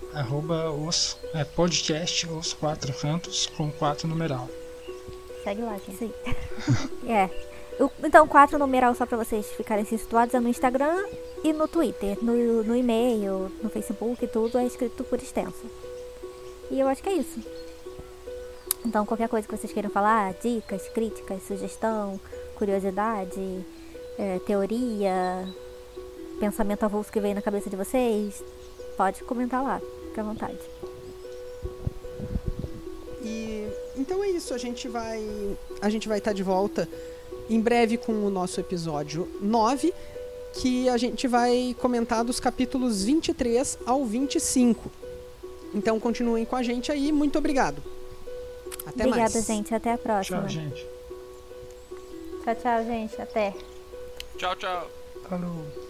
Speaker 4: @podcast Os Quatro Cantos com 4 numeral.
Speaker 5: Segue lá, gente. Sim. Então, 4 numeral, só pra vocês ficarem situados, é no Instagram e no Twitter. No e-mail, no Facebook, tudo é escrito por extenso. E eu acho que é isso. Então, qualquer coisa que vocês queiram falar, dicas, críticas, sugestão, curiosidade, teoria, pensamento avulso que veio na cabeça de vocês, pode comentar lá, fica à vontade.
Speaker 2: Então é isso, a gente vai estar de volta em breve com o nosso episódio 9, que a gente vai comentar dos capítulos 23 ao 25. Então continuem com a gente aí, muito obrigado. Até mais.
Speaker 5: Obrigada, gente, até a próxima.
Speaker 4: Tchau, gente.
Speaker 1: Tchau, gente, até.
Speaker 3: Tchau.
Speaker 4: Falou.